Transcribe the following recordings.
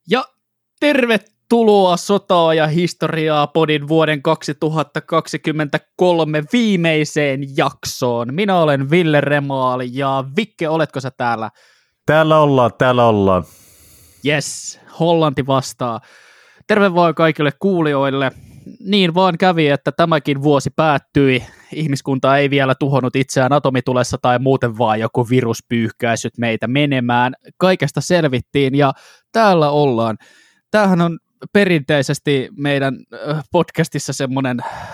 Ja tervetuloa Sotaa ja historiaa podin vuoden 2023 viimeiseen jaksoon. Minä olen Ville Remaali ja Vikke, oletko sä täällä? Täällä ollaan. Yes, Hollanti vastaa. Terve vaan kaikille kuulijoille. Niin vaan kävi, että tämäkin vuosi päättyi. Ihmiskunta ei vielä tuhonnut itseään atomitulessa tai muuten vaan joku virus pyyhkäisyt meitä menemään. Kaikesta selvittiin ja täällä ollaan. Tämähän on perinteisesti meidän podcastissa semmoinen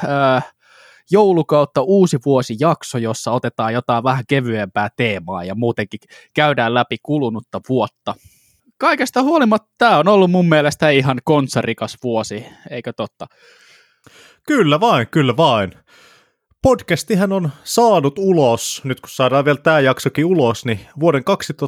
joulukautta uusi vuosi jakso, jossa otetaan jotain vähän kevyempää teemaa ja muutenkin käydään läpi kulunutta vuotta. Kaikesta huolimatta tämä on ollut mun mielestä ihan kontsarikas vuosi, eikö totta? Kyllä vain. Podcastihan on saanut ulos, nyt kun saadaan vielä tämä jaksokin ulos, niin vuoden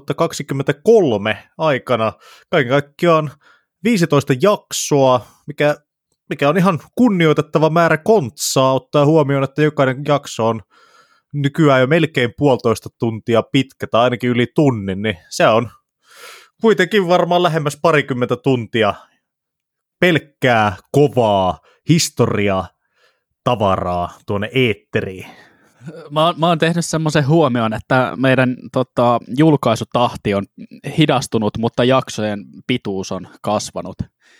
2023 aikana kaiken kaikkiaan 15 jaksoa, mikä on ihan kunnioitettava määrä kontsaa, ottaa huomioon, että jokainen jakso on nykyään jo melkein 1,5 tuntia pitkä, tai ainakin yli tunnin, niin se on kuitenkin varmaan lähemmäs 20 tuntia pelkkää, kovaa historiaa, tavaraa tuonne eetteriin. Mä oon tehnyt semmoisen huomion, että meidän julkaisutahti on hidastunut, mutta jaksojen pituus on kasvanut.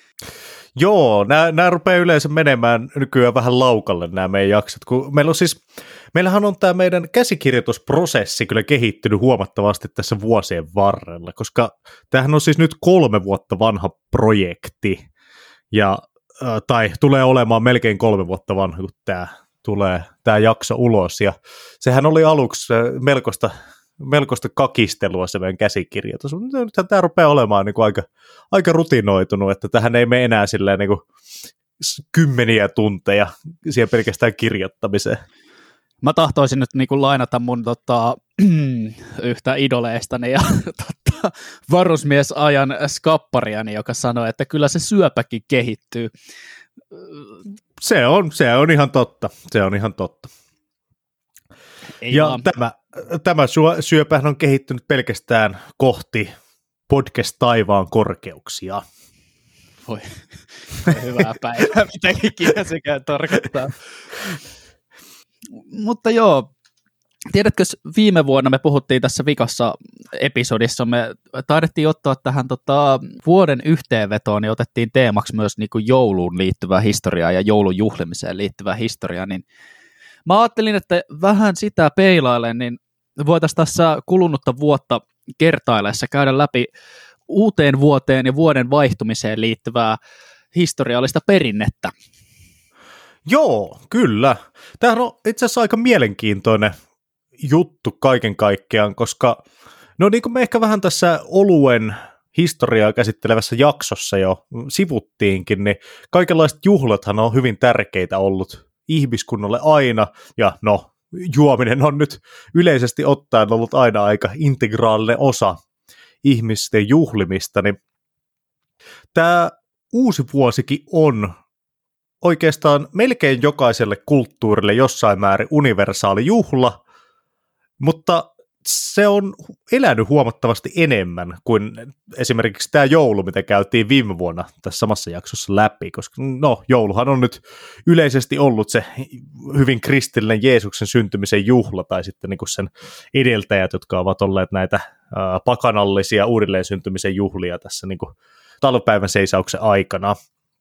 Joo, nämä rupeaa yleensä menemään nykyään vähän laukalle nämä meidän jaksot, kun meillähän on tämä meidän käsikirjoitusprosessi kyllä kehittynyt huomattavasti tässä vuosien varrella, koska tämähän on siis nyt 3 vuotta vanha projekti, tai tulee olemaan melkein 3 vuotta vanha, kun tämä jakso ulos, ja sehän oli aluksi melkoista kakistelua se meidän käsikirjoitus, mutta nythän tämä rupeaa olemaan niin kuin aika rutinoitunut, että tähän ei mene enää silleen niin kuin kymmeniä tunteja siihen pelkästään kirjoittamiseen. Mä tahtoisin nyt niin kuin lainata mun yhtä idoleistani ja varusmiesajan skappariani, joka sanoi, että kyllä se syöpäkin kehittyy. Se on ihan totta. Ei ja vaan. Tämä syöpähän on kehittynyt pelkästään kohti podcast-taivaan korkeuksia. Voi hyvää päivää, mitä ikinä sekään tarkoittaa. Mutta joo, tiedätkö, viime vuonna me puhuttiin tässä vikassa episodissa, me taidettiin ottaa tähän vuoden yhteenvetoon, niin otettiin teemaksi myös niin kuin jouluun liittyvää historiaa ja joulun juhlimiseen liittyvää historiaa, niin mä ajattelin, että vähän sitä peilailen, niin voitaisiin tässä kulunutta vuotta kertaillessa käydä läpi uuteen vuoteen ja vuoden vaihtumiseen liittyvää historiallista perinnettä. Joo, kyllä. Tämähän on itse asiassa aika mielenkiintoinen juttu kaiken kaikkiaan, koska no niin kuin me ehkä vähän tässä oluen historiaa käsittelevässä jaksossa jo sivuttiinkin, niin kaikenlaiset juhlathan on hyvin tärkeitä ollut ihmiskunnalle aina, ja no, juominen on nyt yleisesti ottaen ollut aina aika integraalinen osa ihmisten juhlimista, niin tämä uusi vuosikin on oikeastaan melkein jokaiselle kulttuurille jossain määrin universaali juhla, mutta se on elänyt huomattavasti enemmän kuin esimerkiksi tämä joulu, mitä käytiin viime vuonna tässä samassa jaksossa läpi, koska no, jouluhan on nyt yleisesti ollut se hyvin kristillinen Jeesuksen syntymisen juhla, tai sitten niin kuin sen edeltäjät, jotka ovat olleet näitä pakanallisia uudelleen syntymisen juhlia tässä niin kuin talvipäivän seisauksen aikana.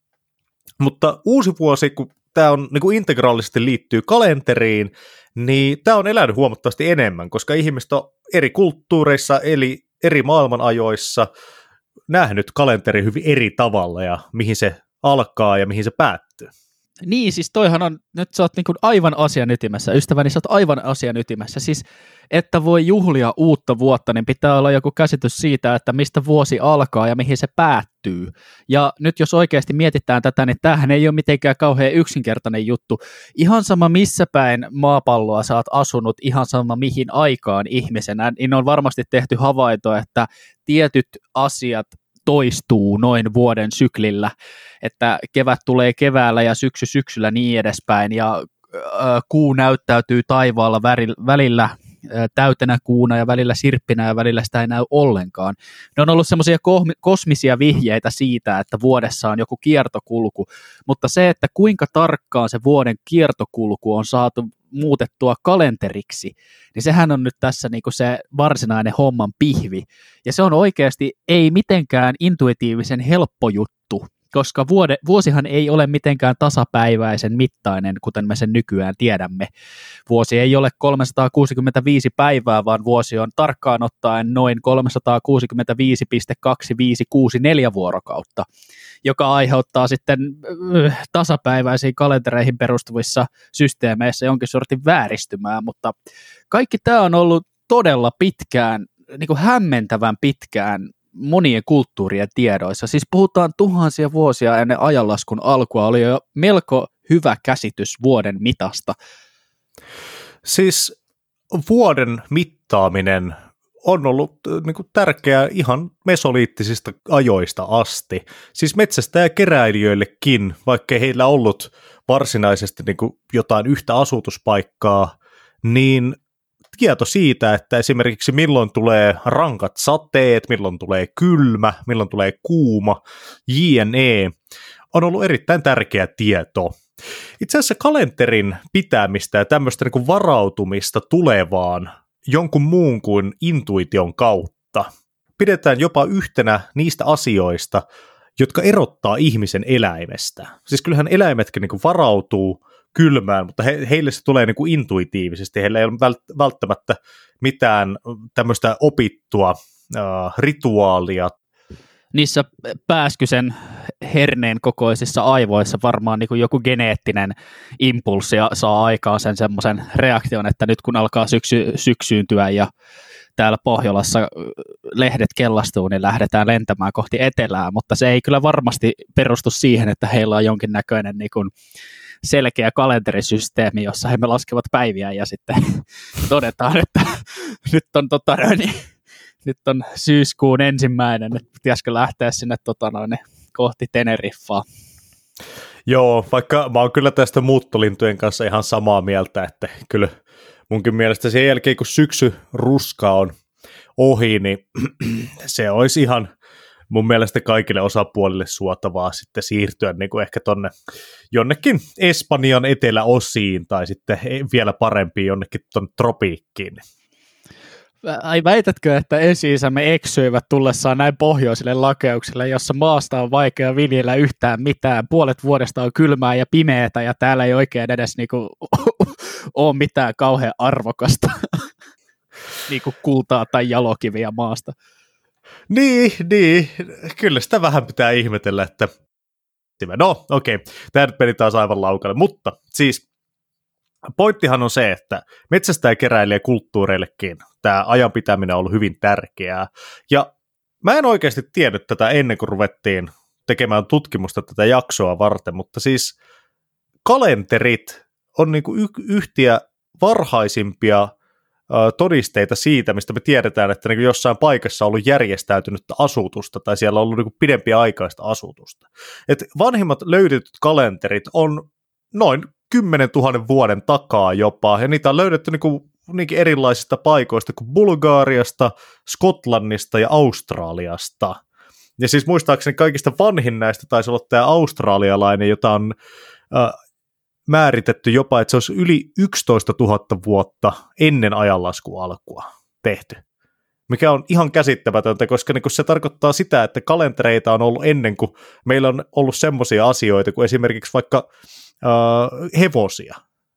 Mutta uusi vuosi, kun tämä on niin kuin integraalisesti liittyy kalenteriin, niin tämä on elänyt huomattavasti enemmän, koska ihmiset on eri kulttuureissa, eli eri maailmanajoissa nähnyt kalenteri hyvin eri tavalla ja mihin se alkaa ja mihin se päättyy. Niin, siis toihan on, nyt sä oot niin kuin aivan asian ytimessä, ystäväni, sä oot aivan asian ytimessä. Siis, että voi juhlia uutta vuotta, niin pitää olla joku käsitys siitä, että mistä vuosi alkaa ja mihin se päättyy. Ja nyt jos oikeasti mietitään tätä, niin tämähän ei ole mitenkään kauhean yksinkertainen juttu. Ihan sama missä päin maapalloa sä oot asunut, ihan sama mihin aikaan ihmisenä, niin on varmasti tehty havainto, että tietyt asiat toistuu noin vuoden syklillä, että kevät tulee keväällä ja syksy syksyllä niin edespäin, ja kuu näyttäytyy taivaalla välillä täytenä kuuna ja välillä sirppinä ja välillä sitä ei näy ollenkaan. Ne on ollut semmoisia kosmisia vihjeitä siitä, että vuodessa on joku kiertokulku, mutta se, että kuinka tarkkaan se vuoden kiertokulku on saatu muutettua kalenteriksi, niin sehän on nyt tässä niinku se varsinainen homman pihvi. Ja se on oikeasti ei mitenkään intuitiivisen helppo juttu, koska vuosihan ei ole mitenkään tasapäiväisen mittainen, kuten me sen nykyään tiedämme. Vuosi ei ole 365 päivää, vaan vuosi on tarkkaan ottaen noin 365,2564 vuorokautta, joka aiheuttaa sitten tasapäiväisiin kalentereihin perustuvissa systeemeissä jonkin sortin vääristymää, mutta kaikki tämä on ollut todella pitkään, niin kuin hämmentävän pitkään monien kulttuurien tiedoissa. Siis puhutaan tuhansia vuosia ennen ajanlaskun alkua, oli jo melko hyvä käsitys vuoden mitasta. Siis vuoden mittaaminen on ollut niin kuin tärkeää ihan mesoliittisista ajoista asti. Siis metsästäjäkeräilijöillekin, vaikkei heillä ollut varsinaisesti niin kuin jotain yhtä asutuspaikkaa, niin tieto siitä, että esimerkiksi milloin tulee rankat sateet, milloin tulee kylmä, milloin tulee kuuma, jne. on ollut erittäin tärkeä tieto. Itse asiassa kalenterin pitämistä ja tämmöistä niin kuin varautumista tulevaan jonkun muun kuin intuition kautta pidetään jopa yhtenä niistä asioista, jotka erottaa ihmisen eläimestä. Siis kyllähän eläimetkin niin kuin varautuu kylmään, mutta heille se tulee niin kuin intuitiivisesti. Heillä ei ole välttämättä mitään tämmöistä opittua rituaalia. Niissä pääskysen herneen kokoisissa aivoissa varmaan niin kuin joku geneettinen impulssi saa aikaan sen semmoisen reaktion, että nyt kun alkaa syksyyntyä ja täällä Pohjolassa lehdet kellastuu, niin lähdetään lentämään kohti etelää, mutta se ei kyllä varmasti perustu siihen, että heillä on jonkinnäköinen niin kuin selkeä kalenterisysteemi, jossa he laskevat päiviä ja sitten todetaan, että nyt on syyskuun 1, että pitäisikö lähteä sinne kohti Teneriffaa. Joo, vaikka mä oon kyllä tästä muuttolintujen kanssa ihan samaa mieltä, että kyllä munkin mielestä sen jälkeen, kun syksyruska on ohi, niin se olisi ihan mun mielestä kaikille osapuolille suotavaa sitten siirtyä niin kuin ehkä tonne jonnekin Espanjan eteläosiin tai sitten vielä parempiin jonnekin tonne tropiikkiin. Ai väitätkö, että esi-isämme eksyivät tullessaan näin pohjoisille lakeuksille, jossa maasta on vaikea viljellä yhtään mitään, puolet vuodesta on kylmää ja pimeätä ja täällä ei oikein edes niinku ole mitään kauhean arvokasta niinku kultaa tai jalokiviä maasta. Niin, kyllä sitä vähän pitää ihmetellä, että no okei, tämä nyt meni taas aivan laukalle, mutta siis pointtihan on se, että metsästäjäkeräilijä kulttuureillekin tämä ajan pitäminen on ollut hyvin tärkeää, ja mä en oikeasti tiennyt tätä ennen kuin ruvettiin tekemään tutkimusta tätä jaksoa varten, mutta siis kalenterit on niinku yhtiä varhaisimpia todisteita siitä, mistä me tiedetään, että niin jossain paikassa on ollut järjestäytynyttä asutusta tai siellä on ollut niin pidempiaikaista asutusta. Et vanhimmat löydetyt kalenterit on noin 10 000 vuoden takaa jopa, ja niitä on löydetty niinkin erilaisista paikoista kuin Bulgariasta, Skotlannista ja Australiasta. Ja siis muistaakseni kaikista vanhin näistä taisi olla tämä australialainen, jota on määritetty jopa, että se olisi yli 11 000 vuotta ennen ajanlaskun alkua tehty, mikä on ihan käsittämätöntä, koska niin se tarkoittaa sitä, että kalentereita on ollut ennen kuin meillä on ollut semmoisia asioita kuin esimerkiksi vaikka hevosia.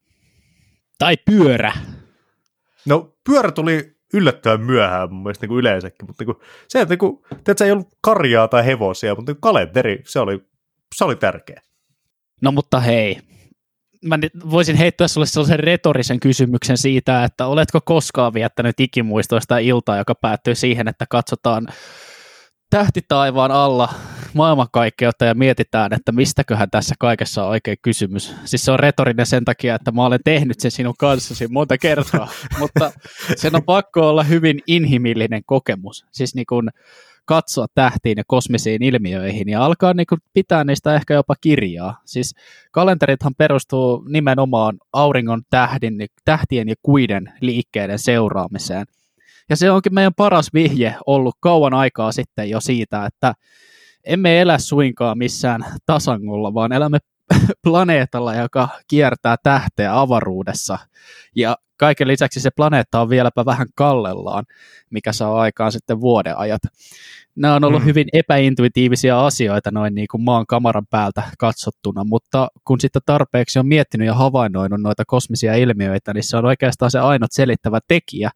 Tai pyörä. No pyörä tuli yllättävän myöhään mun mielestä niin kuin yleensäkin, mutta niin kuin, se, että niin kuin, ei ollut karjaa tai hevosia, mutta niin kalenteri, se oli tärkeä. No mutta hei, mä voisin heittää sulle sellaisen retorisen kysymyksen siitä, että oletko koskaan viettänyt ikimuistoista iltaa, joka päättyy siihen, että katsotaan tähtitaivaan alla maailmankaikkeutta ja mietitään, että mistäköhän tässä kaikessa on oikein kysymys. Siis se on retorinen sen takia, että mä olen tehnyt sen sinun kanssasi monta kertaa, mutta sen on pakko olla hyvin inhimillinen kokemus. Siis niin kun katsoa tähtiin ja kosmisiin ilmiöihin ja alkaa niin kuin pitää niistä ehkä jopa kirjaa. Siis kalenterithan perustuu nimenomaan auringon tähtien ja kuiden liikkeiden seuraamiseen. Ja se onkin meidän paras vihje ollut kauan aikaa sitten jo siitä, että emme elä suinkaan missään tasangolla, vaan elämme planeetalla, joka kiertää tähteä avaruudessa. Ja kaiken lisäksi se planeetta on vieläpä vähän kallellaan, mikä saa aikaan sitten vuodenajat. Nämä on ollut hyvin epäintuitiivisia asioita noin niin kuin maan kamaran päältä katsottuna, mutta kun sitten tarpeeksi on miettinyt ja havainnoinut noita kosmisia ilmiöitä, niin se on oikeastaan se ainut selittävä tekijä.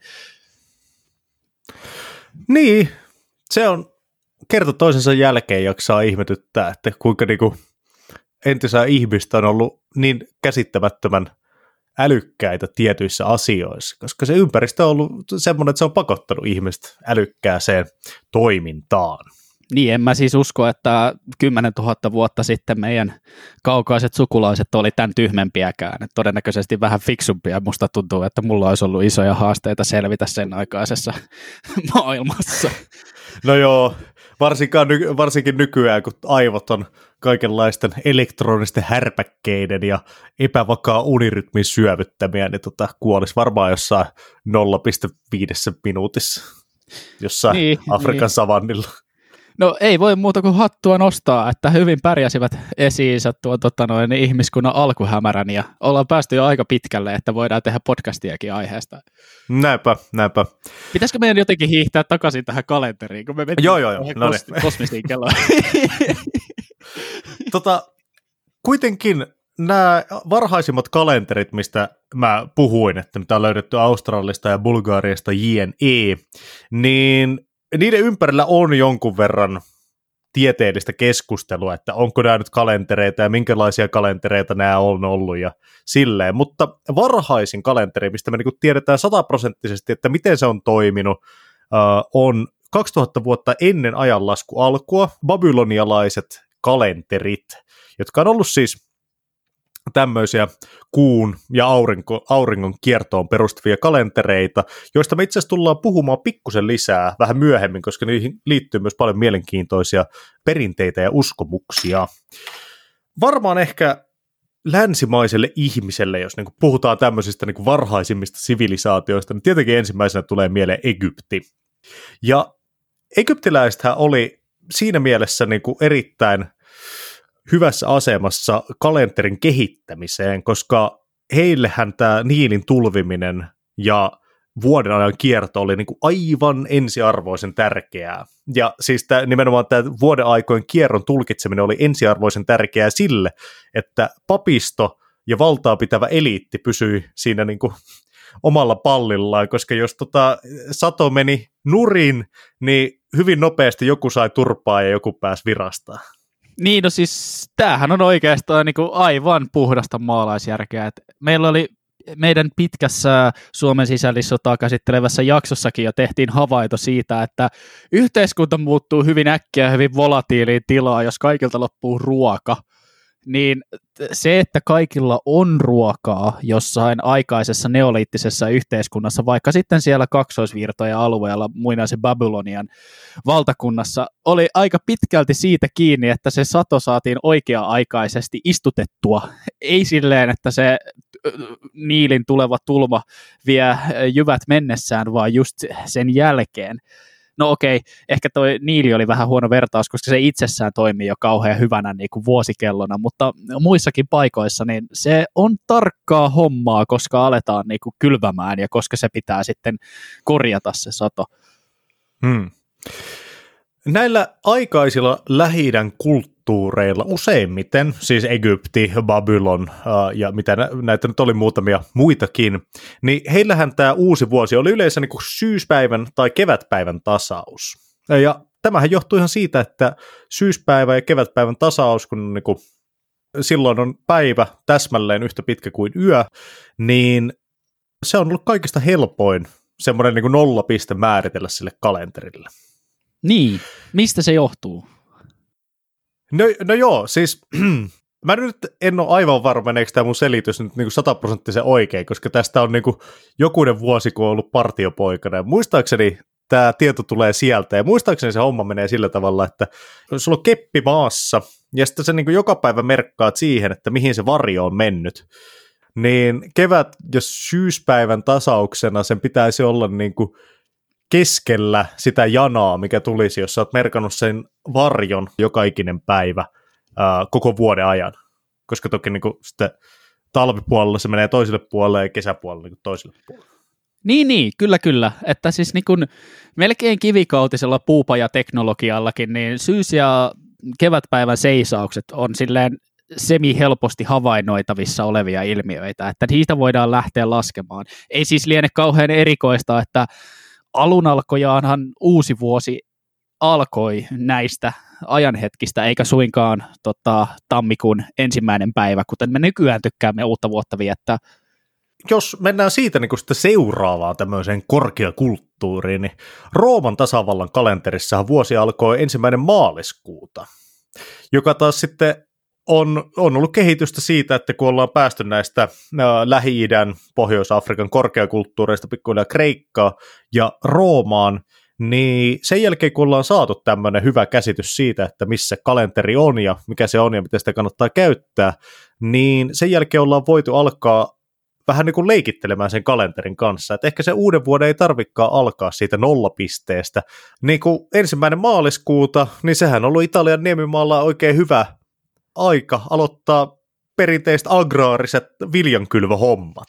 Niin, se on kerta toisensa jälkeen jaksaa ihmetyttää, että kuinka niinku entisää ihmistä on ollut niin käsittämättömän älykkäitä tietyissä asioissa, koska se ympäristö on ollut semmoinen, että se on pakottanut ihmiset älykkääseen toimintaan. Niin, en mä siis usko, että 10 000 vuotta sitten meidän kaukaiset sukulaiset oli tämän tyhmempiäkään. Et todennäköisesti vähän fiksumpia. Musta tuntuu, että mulla olisi ollut isoja haasteita selvitä sen aikaisessa maailmassa. No joo, varsinkin nykyään, kun aivot on kaikenlaisten elektronisten härpäkkeiden ja epävakaa unirytmin syövyttämiä, niin kuolisi varmaan jossain 0,5 minuutissa jossain Afrikan savannilla. No ei voi muuta kuin hattua nostaa, että hyvin pärjäsivät esi-isät ihmiskunnan alkuhämärän ja ollaan päästy jo aika pitkälle, että voidaan tehdä podcastiakin aiheesta. Näinpä. Pitäisikö meidän jotenkin hiihtää takaisin tähän kalenteriin, kun me mentiin kosmisiin kelloon? Kuitenkin nämä varhaisimmat kalenterit, mistä mä puhuin, että mitä on löydetty Australiasta ja Bulgariasta JNE, niin niiden ympärillä on jonkun verran tieteellistä keskustelua, että onko nämä nyt kalentereita ja minkälaisia kalentereita nämä on ollut ja silleen, mutta varhaisin kalenteri, mistä me niin tiedetään 100%, että miten se on toiminut, on 2000 vuotta ennen ajanlasku alkua babylonialaiset kalenterit, jotka on ollut siis tämmöisiä kuun ja auringon kiertoon perustuvia kalentereita, joista me itse asiassa tullaan puhumaan pikkusen lisää vähän myöhemmin, koska niihin liittyy myös paljon mielenkiintoisia perinteitä ja uskomuksia. Varmaan ehkä länsimaiselle ihmiselle, jos niin kuin puhutaan tämmöisistä niin kuin varhaisimmista sivilisaatioista, niin tietenkin ensimmäisenä tulee mieleen Egypti. Ja egyptiläisethän oli siinä mielessä niin kuin erittäin hyvässä asemassa kalenterin kehittämiseen, koska heillehän tämä Niilin tulviminen ja vuoden ajan kierto oli niin kuin aivan ensiarvoisen tärkeää. Ja siis nimenomaan tämä vuoden aikojen kierron tulkitseminen oli ensiarvoisen tärkeää sille, että papisto ja valtaa pitävä eliitti pysyi siinä niin kuin omalla pallillaan, koska jos sato meni nurin, niin hyvin nopeasti joku sai turpaa ja joku pääsi virastaan. Niin, no siis tämähän on oikeastaan niin kuin aivan puhdasta maalaisjärkeä. Et meillä oli meidän pitkässä Suomen sisällissotaa käsittelevässä jaksossakin jo tehtiin havaito siitä, että yhteiskunta muuttuu hyvin äkkiä hyvin volatiiliin tilaan, jos kaikilta loppuu ruoka. Niin se, että kaikilla on ruokaa jossain aikaisessa neoliittisessa yhteiskunnassa, vaikka sitten siellä kaksoisvirtojen alueella muinaisen Babylonian valtakunnassa, oli aika pitkälti siitä kiinni, että se sato saatiin oikea-aikaisesti istutettua. Ei silleen, että se Niilin tuleva tulva vie jyvät mennessään, vaan just sen jälkeen. No okei, ehkä toi Niili oli vähän huono vertaus, koska se itsessään toimii jo kauhean hyvänä niin kuin vuosikellona, mutta muissakin paikoissa niin se on tarkkaa hommaa, koska aletaan niin kuin kylvämään ja koska se pitää sitten korjata se sato. Näillä aikaisilla Lähi-idän kulttuureilla useimmiten, siis Egypti, Babylon ja mitä näitä nyt oli muutamia muitakin, niin heillähän tämä uusi vuosi oli yleensä niin kuin syyspäivän tai kevätpäivän tasaus. Ja tämähän johtuu ihan siitä, että syyspäivä ja kevätpäivän tasaus, kun niin kuin silloin on päivä täsmälleen yhtä pitkä kuin yö, niin se on ollut kaikista helpoin semmoinen niin kuin nollapiste määritellä sille kalenterille. Niin, mistä se johtuu? No joo, siis mä nyt en ole aivan varma, meneekö tämä mun selitys nyt niin 100% oikein, koska tästä on niin kuin jokunen vuosi, kun on ollut partiopoikana. Ja muistaakseni tämä tieto tulee sieltä. Ja muistaakseni se homma menee sillä tavalla, että sulla on keppi maassa, ja sitten sä niin kuin joka päivä merkkaat siihen, että mihin se varjo on mennyt. Niin kevät- ja syyspäivän tasauksena sen pitäisi olla niin kuin keskellä sitä janaa, mikä tulisi, jos sä oot merkannut sen varjon joka ikinen päivä koko vuoden ajan. Koska toki niin kuin sitten talvipuolella se menee toiselle puolelle ja kesäpuolelle niin toiselle puolelle. Niin, kyllä. Että siis niin kuin melkein kivikautisella puupajateknologiallakin, niin syys- ja kevätpäivän seisaukset on silleen semi-helposti havainnoitavissa olevia ilmiöitä, että niitä voidaan lähteä laskemaan. Ei siis liene kauhean erikoista, että alun alkojaanhan uusi vuosi alkoi näistä ajanhetkistä, eikä suinkaan tammikuun 1. päivä, kuten me nykyään tykkäämme uutta vuotta viettää. Jos mennään siitä niin sitten seuraavaan tämmöiseen korkeakulttuuriin, niin Rooman tasavallan kalenterissahan vuosi alkoi 1. maaliskuuta, joka taas sitten on ollut kehitystä siitä, että kun ollaan päästy näistä Lähi-idän, Pohjois-Afrikan korkeakulttuureista pikkuhiljaa Kreikkaan ja Roomaan, niin sen jälkeen kun ollaan saatu tämmöinen hyvä käsitys siitä, että missä kalenteri on ja mikä se on ja miten sitä kannattaa käyttää, niin sen jälkeen ollaan voitu alkaa vähän niin kuin leikittelemään sen kalenterin kanssa, että ehkä se uuden vuoden ei tarvikaan alkaa siitä nollapisteestä. Niin kuin 1. maaliskuuta, niin sehän on ollut Italian niemimaalla oikein hyvä aika aloittaa perinteiset agraariset viljankylvöhommat.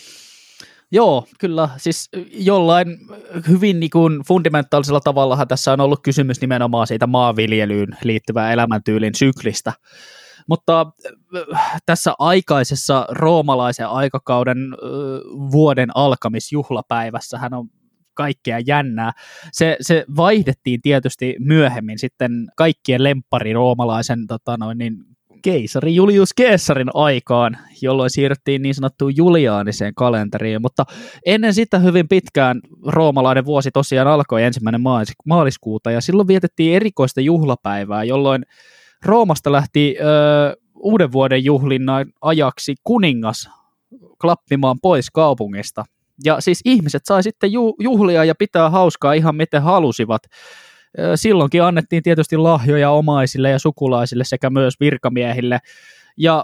Joo, kyllä. Siis jollain hyvin niin kuin fundamentaalisella tavallahan tässä on ollut kysymys nimenomaan siitä maanviljelyyn liittyvää elämäntyylin syklistä. Mutta tässä aikaisessa roomalaisen aikakauden vuoden alkamisjuhlapäivässähän on kaikkea jännää. Se vaihdettiin tietysti myöhemmin sitten kaikkien lemppari roomalaisen keisari Julius Caesarin aikaan, jolloin siirryttiin niin sanottuun juliaaniseen kalenteriin, mutta ennen sitä hyvin pitkään roomalainen vuosi tosiaan alkoi 1. maaliskuuta, ja silloin vietettiin erikoista juhlapäivää, jolloin Roomasta lähti uuden vuoden juhlinnan ajaksi kuningas klappimaan pois kaupungista. Ja siis ihmiset sai sitten juhlia ja pitää hauskaa ihan miten halusivat. Silloinkin annettiin tietysti lahjoja omaisille ja sukulaisille sekä myös virkamiehille. Ja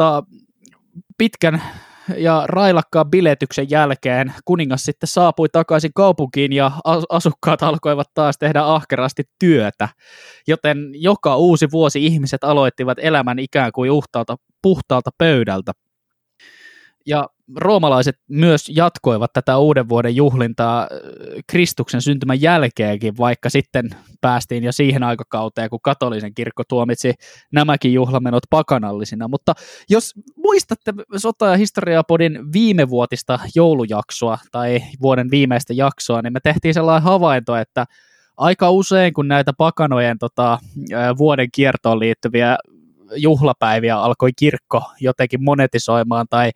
pitkän ja railakkaan biletyksen jälkeen kuningas sitten saapui takaisin kaupunkiin ja asukkaat alkoivat taas tehdä ahkerasti työtä. Joten joka uusi vuosi ihmiset aloittivat elämän ikään kuin puhtaalta pöydältä. Ja roomalaiset myös jatkoivat tätä uuden vuoden juhlintaa Kristuksen syntymän jälkeenkin, vaikka sitten päästiin jo siihen aikakauteen, kun katolisen kirkko tuomitsi nämäkin juhlamenot pakanallisina. Mutta jos muistatte Sota- ja historiapodin viimevuotista joulujaksoa tai vuoden viimeistä jaksoa, niin me tehtiin sellainen havainto, että aika usein, kun näitä pakanojen vuoden kiertoon liittyviä juhlapäiviä alkoi kirkko jotenkin monetisoimaan tai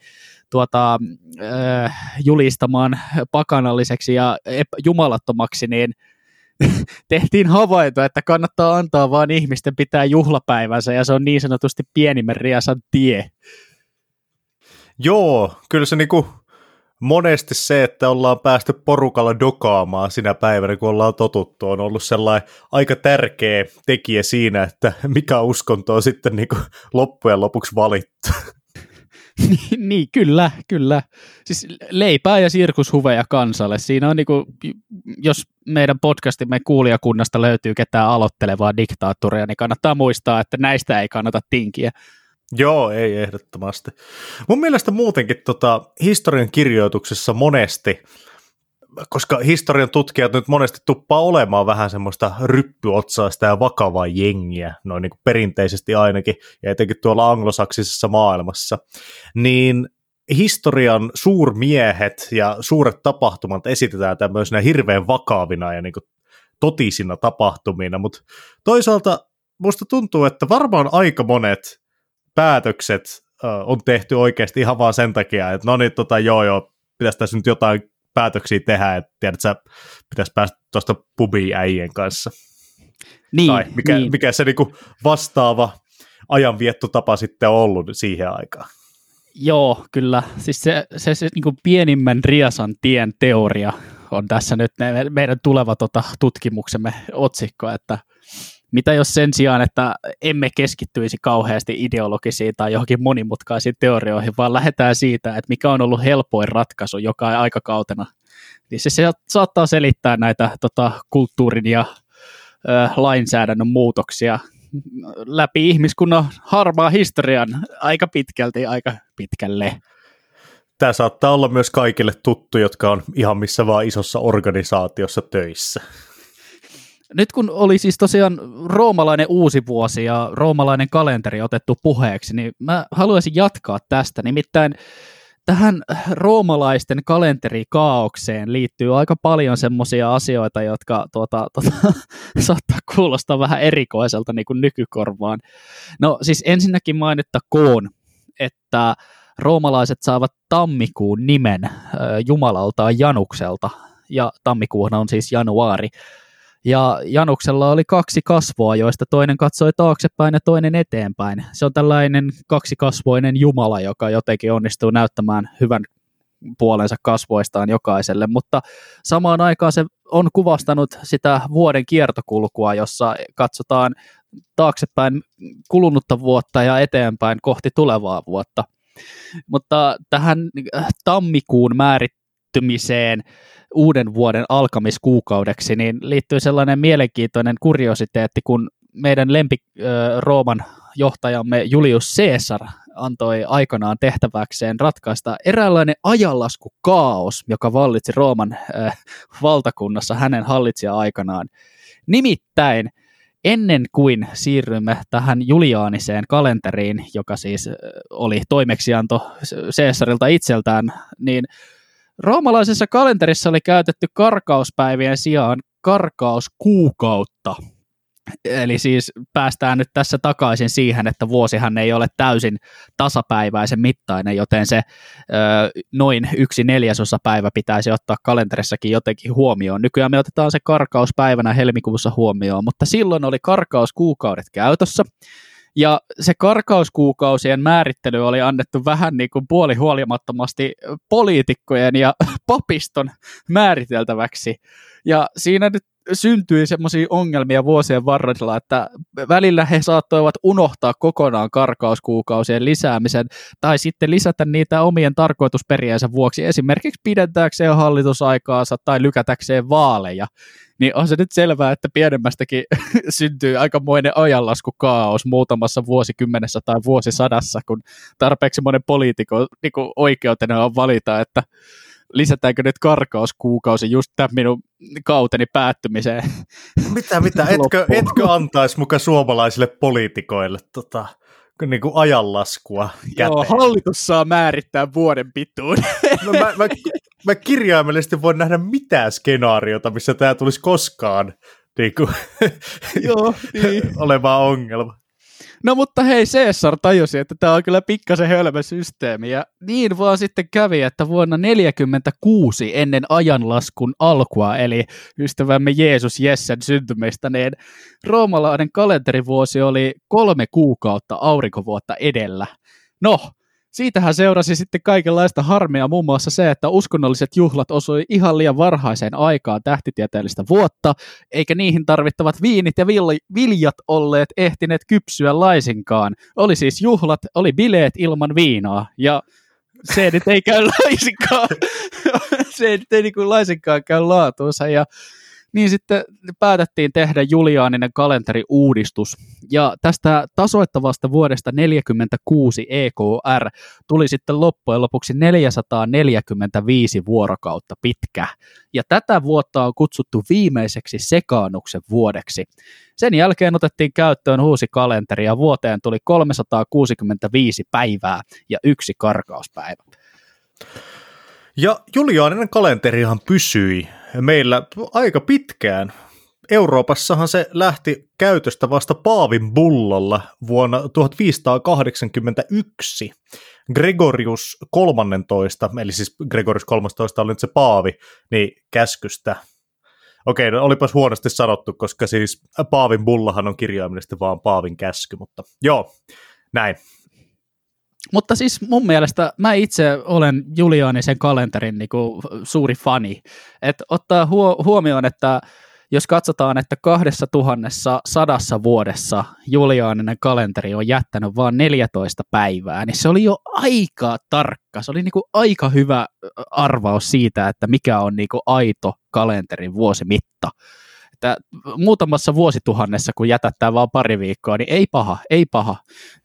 julistamaan pakanalliseksi ja jumalattomaksi, niin tehtiin havainto, että kannattaa antaa vaan ihmisten pitää juhlapäivänsä, ja se on niin sanotusti pienimmän riesan tie. Joo, kyllä se niinku monesti se, että ollaan päästy porukalla dokaamaan sinä päivänä, kun ollaan totuttu, on ollut sellainen aika tärkeä tekijä siinä, että mikä uskonto on sitten niinku loppujen lopuksi valittu. Niin, kyllä. Siis leipää ja sirkushuveja kansalle. Siinä on niinku, jos meidän podcastimme kuulijakunnasta löytyy ketään aloittelevaa diktaattoria, niin kannattaa muistaa, että näistä ei kannata tinkiä. Joo, ei ehdottomasti. Mun mielestä muutenkin historian kirjoituksessa monesti, koska historian tutkijat nyt monesti tuppaa olemaan vähän semmoista ryppyotsaista ja vakavaa jengiä, noin niin kuin perinteisesti ainakin, ja etenkin tuolla anglosaksisessa maailmassa, niin historian suurmiehet ja suuret tapahtumat esitetään tämmöisenä hirveän vakavina ja niin kuin totisina tapahtumina, mutta toisaalta musta tuntuu, että varmaan aika monet päätökset on tehty oikeasti ihan vaan sen takia, että no niin, pitäisi tässä nyt jotain päätöksiä tehdä, että tiedätkö, pitäisi päästä tuosta pubiin äijien kanssa. Niin, tai mikä se niinku vastaava ajanviettotapa sitten on ollut siihen aikaan. Joo, kyllä. Siis se niinku pienimmän riesan tien teoria on tässä nyt meidän tuleva tutkimuksemme otsikko, että mitä jos sen sijaan, että emme keskittyisi kauheasti ideologisiin tai johonkin monimutkaisiin teorioihin, vaan lähdetään siitä, että mikä on ollut helpoin ratkaisu joka aikakautena. Niin se saattaa selittää näitä kulttuurin ja lainsäädännön muutoksia läpi ihmiskunnan harmaa historian aika pitkälle. Tämä saattaa olla myös kaikille tuttu, jotka on ihan missä vaan isossa organisaatiossa töissä. Nyt kun oli siis tosiaan roomalainen uusivuosi ja roomalainen kalenteri otettu puheeksi, niin mä haluaisin jatkaa tästä. Nimittäin tähän roomalaisten kalenterikaaukseen liittyy aika paljon semmoisia asioita, jotka saattaa kuulostaa vähän erikoiselta niin kuin nykykorvaan. No siis ensinnäkin mainittakoon, että roomalaiset saavat tammikuun nimen jumalaltaan Janukselta, ja tammikuuhan on siis januari. Ja Januksella oli 2 kasvoa, joista toinen katsoi taaksepäin ja toinen eteenpäin. Se on tällainen 2-kasvoinen jumala, joka jotenkin onnistuu näyttämään hyvän puolensa kasvoistaan jokaiselle, mutta samaan aikaan se on kuvastanut sitä vuoden kiertokulkua, jossa katsotaan taaksepäin kulunutta vuotta ja eteenpäin kohti tulevaa vuotta. Mutta tähän tammikuun määrittymiseen uuden vuoden alkamiskuukaudeksi niin liittyy sellainen mielenkiintoinen kuriositeetti, kun meidän lempi Rooman johtajamme Julius Caesar antoi aikanaan tehtäväkseen ratkaista eräänlainen ajanlaskukaos, joka vallitsi Rooman valtakunnassa hänen hallitsija-aikanaan. Nimittäin ennen kuin siirrymme tähän juliaaniseen kalenteriin, joka siis oli toimeksianto Caesarilta itseltään, niin roomalaisessa kalenterissa oli käytetty karkauspäivien sijaan karkauskuukautta. Eli siis päästään nyt tässä takaisin siihen, että vuosihan ei ole täysin tasapäiväisen mittainen, joten se noin 1/4 päivä pitäisi ottaa kalenterissakin jotenkin huomioon. Nykyään me otetaan se karkauspäivänä helmikuussa huomioon, mutta silloin oli karkauskuukaudet käytössä. Ja se karkauskuukausien määrittely oli annettu vähän niin kuin puolihuolimattomasti poliitikkojen ja papiston määriteltäväksi. Ja siinä nyt syntyi semmoisia ongelmia vuosien varrella, että välillä he saattoivat unohtaa kokonaan karkauskuukausien lisäämisen tai sitten lisätä niitä omien tarkoitusperiensä vuoksi, esimerkiksi pidentääkseen hallitusaikaansa tai lykätäkseen vaaleja. Niin on se nyt selvää, että pienemmästäkin syntyy aikamoinen ajanlaskukaos muutamassa vuosikymmenessä tai vuosisadassa, kun tarpeeksi monen poliitikon niin oikeutena on valita, että lisätäänkö nyt karkauskuukausi just tämän minun kauteni päättymiseen. Mitä? Etkö antaisi muka suomalaisille poliitikoille niin kuin ajanlaskua käteen? Joo, hallitus saa määrittää vuoden pituuden. No mä kirjaimellisesti voin nähdä mitään skenaariota, missä tämä tulisi koskaan niin kuin, Joo, niin. olevaa ongelma. No mutta hei, Caesar tajusi, että tämä on kyllä pikkasen hölmö systeemi, ja niin vaan sitten kävi, että vuonna 46 ennen ajanlaskun alkua, eli ystävämme Jeesus Jessen syntymistä, niin roomalainen kalenterivuosi oli 3 kuukautta aurinkovuotta edellä. No, siitähän seurasi sitten kaikenlaista harmia, muun muassa se, että uskonnolliset juhlat osui ihan liian varhaiseen aikaan tähtitieteellistä vuotta, eikä niihin tarvittavat viinit ja viljat olleet ehtineet kypsyä laisinkaan. Oli siis juhlat, oli bileet ilman viinaa, ja se nyt ei käy laisinkaan, se nyt ei niin kuin laisinkaan käy laatuunsa, ja niin sitten päätettiin tehdä juliaaninen kalenteriuudistus, ja tästä tasoittavasta vuodesta 46 EKR tuli sitten loppujen lopuksi 445 vuorokautta pitkä, ja tätä vuotta on kutsuttu viimeiseksi sekaannuksen vuodeksi. Sen jälkeen otettiin käyttöön uusi kalenteri, ja vuoteen tuli 365 päivää ja 1 karkauspäivä. Ja juliaaninen kalenterihan pysyi meillä aika pitkään. Euroopassahan se lähti käytöstä vasta paavin bullalla vuonna 1581. Gregorius 13, eli siis Gregorius 13 oli nyt se paavi, niin käskystä. Okei, no olipas huonosti sanottu, koska siis paavin bullahan on kirjaimellisesti vaan paavin käsky, mutta joo, näin. Mutta siis mun mielestä mä itse olen Julianisen kalenterin niin kuin suuri fani. Että ottaa huomioon, että jos katsotaan, että 2100 vuodessa Julianinen kalenteri on jättänyt vain 14 päivää, niin se oli jo aika tarkka. Se oli niin kuin aika hyvä arvaus siitä, että mikä on niin kuin aito kalenterin vuosimitta. Että muutamassa vuosituhannessa, kun jätättää vaan pari viikkoa, niin ei paha.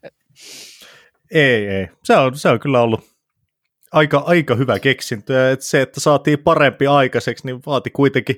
Ei. Se on kyllä ollut aika hyvä keksintö, ja se, että saatiin parempi aikaiseksi, niin vaati kuitenkin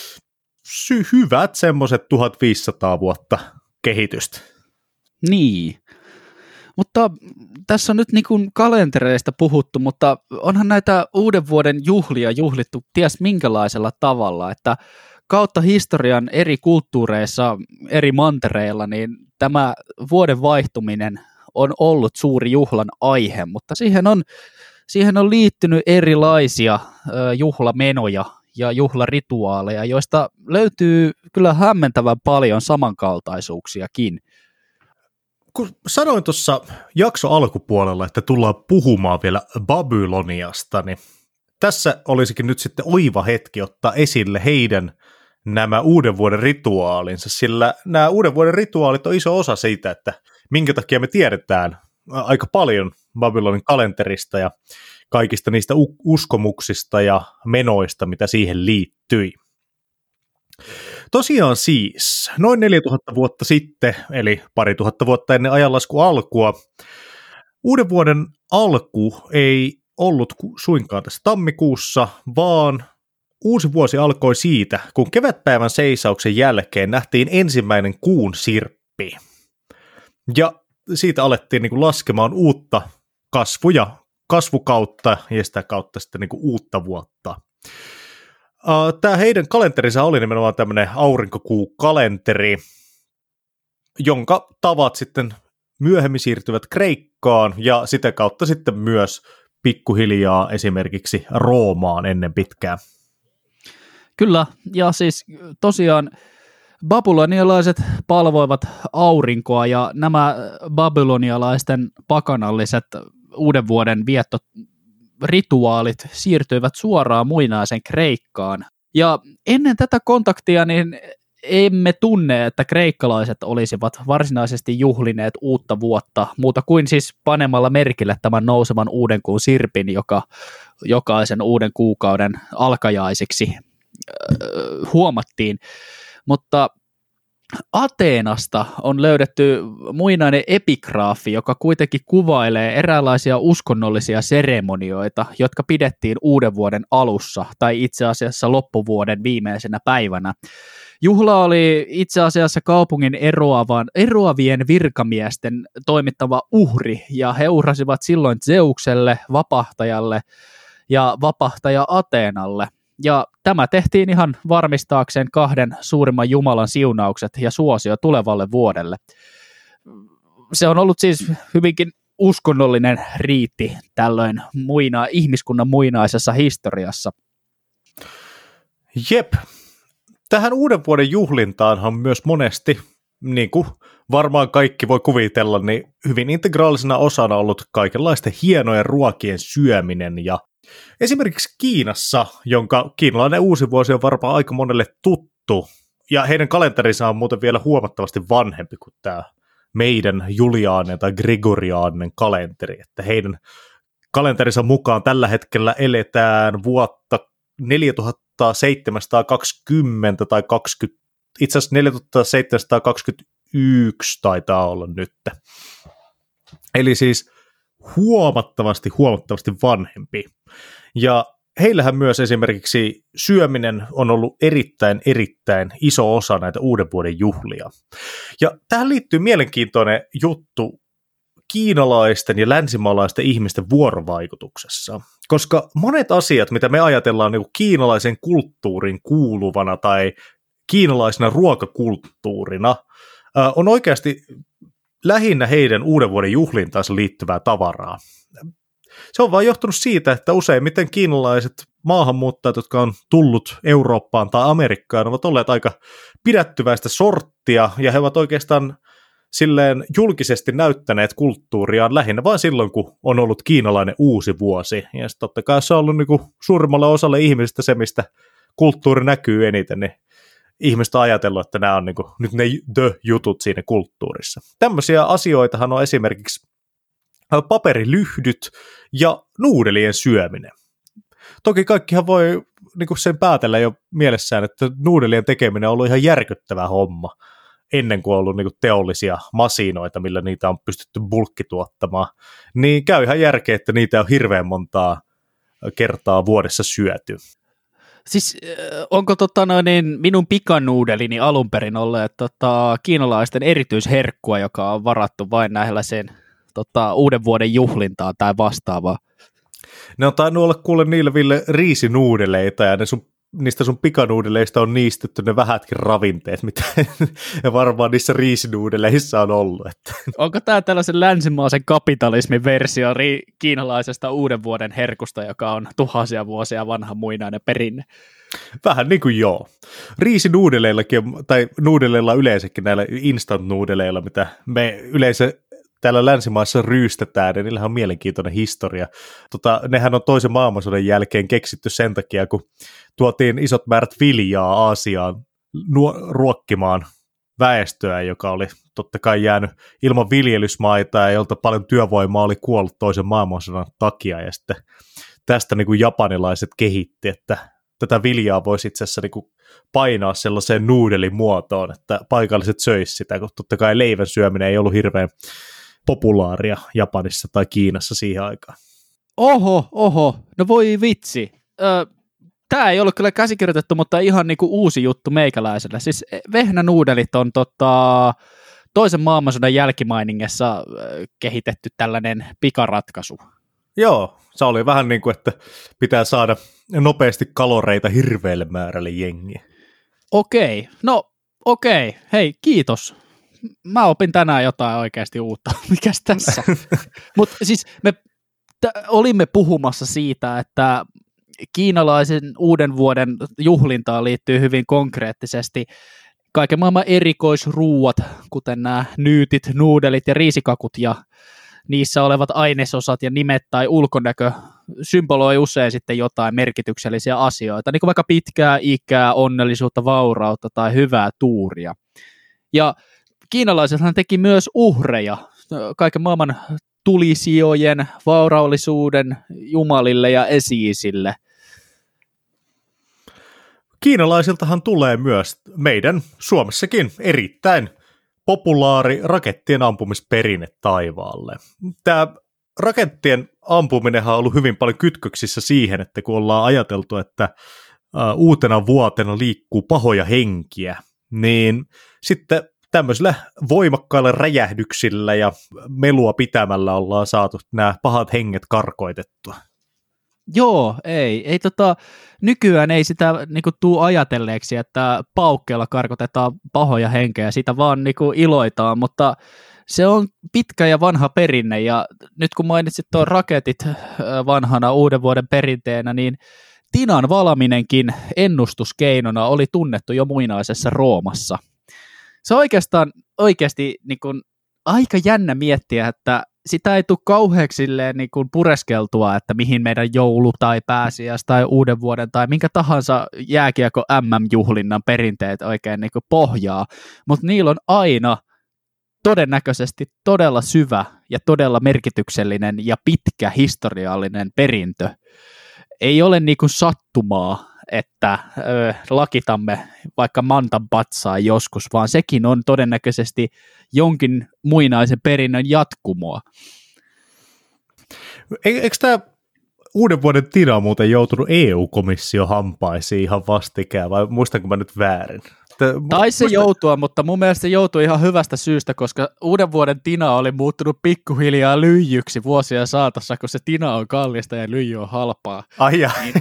hyvät semmoiset 1500 vuotta kehitystä. Niin, mutta tässä on nyt niin kuin kalentereista puhuttu, mutta onhan näitä uuden vuoden juhlia juhlittu ties minkälaisella tavalla, että kautta historian eri kulttuureissa, eri mantereilla, niin tämä vuoden vaihtuminen on ollut suuri juhlan aihe, mutta siihen on liittynyt erilaisia juhlamenoja ja juhlarituaaleja, joista löytyy kyllä hämmentävän paljon samankaltaisuuksiakin. Kun sanoin tuossa jakso alkupuolella, että tullaan puhumaan vielä Babyloniasta, niin tässä olisikin nyt sitten oiva hetki ottaa esille heidän nämä uuden vuoden rituaalinsa, sillä nämä uuden vuoden rituaalit on iso osa siitä, että minkä takia me tiedetään aika paljon Babylonin kalenterista ja kaikista niistä uskomuksista ja menoista, mitä siihen liittyi. Tosiaan siis, noin 4000 vuotta sitten, eli 2000 vuotta ennen ajanlaskun alkua, uuden vuoden alku ei ollut suinkaan tässä tammikuussa, vaan uusi vuosi alkoi siitä, kun kevätpäivän seisauksen jälkeen nähtiin ensimmäinen kuun sirppi. Ja siitä alettiin niin kuin laskemaan uutta kasvukautta ja sitä kautta sitten niin kuin uutta vuotta. Tämä heidän kalenterinsa oli nimenomaan tämmöinen aurinkokuukalenteri, jonka tavat sitten myöhemmin siirtyvät Kreikkaan ja sitä kautta sitten myös pikkuhiljaa esimerkiksi Roomaan ennen pitkää. Kyllä, ja siis tosiaan babylonialaiset palvoivat aurinkoa ja nämä babylonialaisten pakanalliset uuden vuoden viettorituaalit siirtyivät suoraan muinaisen Kreikkaan. Ja ennen tätä kontaktia niin emme tunne, että kreikkalaiset olisivat varsinaisesti juhlineet uutta vuotta, muuta kuin siis panemalla merkille tämän nousevan uuden kuun sirpin, joka jokaisen uuden kuukauden alkajaisiksi huomattiin. Mutta Ateenasta on löydetty muinainen epigraafi, joka kuitenkin kuvailee eräänlaisia uskonnollisia seremonioita, jotka pidettiin uuden vuoden alussa tai itse asiassa loppuvuoden viimeisenä päivänä. Juhla oli itse asiassa kaupungin eroavien virkamiesten toimittava uhri, ja he uhrasivat silloin Zeukselle, vapahtajalle ja vapahtaja Ateenalle. Ja tämä tehtiin ihan varmistaakseen kahden suurimman Jumalan siunaukset ja suosio tulevalle vuodelle. Se on ollut siis hyvinkin uskonnollinen riitti tällöin ihmiskunnan muinaisessa historiassa. Jep. Tähän uuden vuoden juhlintaanhan myös monesti, niin kuin varmaan kaikki voi kuvitella, niin hyvin integraalisena osana ollut kaikenlaisten hienojen ruokien syöminen. Ja esimerkiksi Kiinassa, jonka kiinalainen uusi vuosi on varmaan aika monelle tuttu, ja heidän kalenterinsa on muuten vielä huomattavasti vanhempi kuin tämä meidän juliaaninen tai gregoriaaninen kalenteri, että heidän kalenterinsa mukaan tällä hetkellä eletään vuotta 4720 tai 20, itse asiassa 4721 taitaa olla nyt. Eli siis huomattavasti vanhempi. Ja heillähän myös esimerkiksi syöminen on ollut erittäin iso osa näitä uuden vuoden juhlia. Ja tähän liittyy mielenkiintoinen juttu kiinalaisten ja länsimaalaisten ihmisten vuorovaikutuksessa, koska monet asiat, mitä me ajatellaan niin kuin kiinalaisen kulttuurin kuuluvana tai kiinalaisena ruokakulttuurina, on oikeasti lähinnä heidän uuden vuoden juhlintaansa liittyvää tavaraa. Se on vain johtunut siitä, että useimmiten kiinalaiset maahanmuuttajat, jotka on tullut Eurooppaan tai Amerikkaan, ovat olleet aika pidättyväistä sorttia, ja he ovat oikeastaan silleen julkisesti näyttäneet kulttuuriaan lähinnä vain silloin, kun on ollut kiinalainen uusi vuosi. Ja sitten totta kai se on ollut niin kuin suurimmalle osalle ihmisistä se, mistä kulttuuri näkyy eniten, niin ihmistä ajatellut, että nämä on niin kuin nyt ne jutut siinä kulttuurissa. Tämmöisiä asioitahan on esimerkiksi paperilyhdyt ja nuudelien syöminen. Toki kaikkihan voi niin kuin sen päätellä jo mielessään, että nuudelien tekeminen on ollut ihan järkyttävä homma ennen kuin on ollut niin kuin teollisia masinoita, millä niitä on pystytty bulkkituottamaan. Niin käy ihan järkeä, että niitä on hirveän montaa kertaa vuodessa syöty. Siis onko minun pikanuudelini alun perin olleet kiinalaisten erityisherkkua, joka on varattu vain näihin uuden vuoden juhlintaan tai vastaavaa? Ne on tainnut olla kuule niille Ville riisinuudeleita ja niistä sun pikanuudeleista on niistetty ne vähätkin ravinteet, mitä varmaan niissä riisinuudeleissa on ollut. Että. Onko tämä tällaisen länsimaisen kapitalismin versio kiinalaisesta uuden vuoden herkusta, joka on tuhansia vuosia vanha muinainen perinne? Vähän niin kuin joo. Riisinuudeleillakin, tai nuudeleilla yleensäkin, näillä instant-nuudeleilla, mitä me yleensä täällä länsimaissa ryystetään, ja niillähän on mielenkiintoinen historia. Nehän on toisen maailmansodan jälkeen keksitty sen takia, kun tuotiin isot määrät viljaa Aasiaan ruokkimaan väestöä, joka oli totta kai jäänyt ilman viljelysmaita ja jolta paljon työvoimaa oli kuollut toisen maailmansodan takia, ja sitten tästä niin kuin japanilaiset kehitti, että tätä viljaa voisi itse asiassa niin kuin painaa sellaiseen nuudelimuotoon, että paikalliset söisi sitä, kun totta kai leivän syöminen ei ollut hirveän populaaria Japanissa tai Kiinassa siihen aikaan. Oho, no voi vitsi. Tämä ei ollut kyllä käsikirjoitettu, mutta ihan niinku uusi juttu meikäläiselle. Siis vehnänuudelit on toisen maailmansodan jälkimainingessa kehitetty tällainen pikaratkaisu. Joo, se oli vähän niin kuin, että pitää saada nopeasti kaloreita hirveälle määrälle jengiä. Okei, hei, kiitos. Mä opin tänään jotain oikeasti uutta. Mikäs tässä? Mutta siis me olimme puhumassa siitä, että kiinalaisen uuden vuoden juhlintaan liittyy hyvin konkreettisesti kaiken maailman erikoisruuat, kuten nämä nyytit, nuudelit ja riisikakut ja niissä olevat ainesosat ja nimet tai ulkonäkö symboloi usein sitten jotain merkityksellisiä asioita, niin kuin vaikka pitkää ikää, onnellisuutta, vaurautta tai hyvää tuuria. Ja kiinalaisethan teki myös uhreja kaiken maailman tulisijojen, vauraullisuuden, jumalille ja esi-isille. Kiinalaisiltahan tulee myös meidän Suomessakin erittäin populaari rakettien ampumisperinne taivaalle. Tämä rakettien ampuminenhan on ollut hyvin paljon kytköksissä siihen, että kun ollaan ajateltu, että uutena vuotena liikkuu pahoja henkiä, niin sitten tämmöisillä voimakkailla räjähdyksillä ja melua pitämällä ollaan saatu nämä pahat henget karkoitettua. Joo, ei nykyään ei sitä niinku tuu ajatelleeksi, että paukkeella karkotetaan pahoja henkeä, sitä vaan niinku iloitaan, mutta se on pitkä ja vanha perinne, ja nyt kun mainitsit tuon raketit vanhana uuden vuoden perinteenä, niin tinan valaminenkin ennustuskeinona oli tunnettu jo muinaisessa Roomassa. Se on oikeasti niin kuin aika jännä miettiä, että sitä ei tule kauheaksi niin kuin pureskeltua, että mihin meidän joulu tai pääsiäis tai uuden vuoden tai minkä tahansa jääkiekko MM-juhlinnan perinteet oikein niin kuin pohjaa, mutta niillä on aina todennäköisesti todella syvä ja todella merkityksellinen ja pitkä historiallinen perintö. Ei ole niin kuin sattumaa, että lakitamme vaikka mantan patsaa joskus, vaan sekin on todennäköisesti jonkin muinaisen perinnön jatkumoa. Eikö tämä uuden vuoden tina muuten joutunut EU-komission hampaisiin ihan vastikään, vai muistanko mä nyt väärin? Taisi se joutua, mutta mun mielestä se joutui ihan hyvästä syystä, koska uuden vuoden tina oli muuttunut pikkuhiljaa lyijyksi vuosia saatossa, kun se tina on kallista ja lyijy on halpaa. Ai ja. Niin,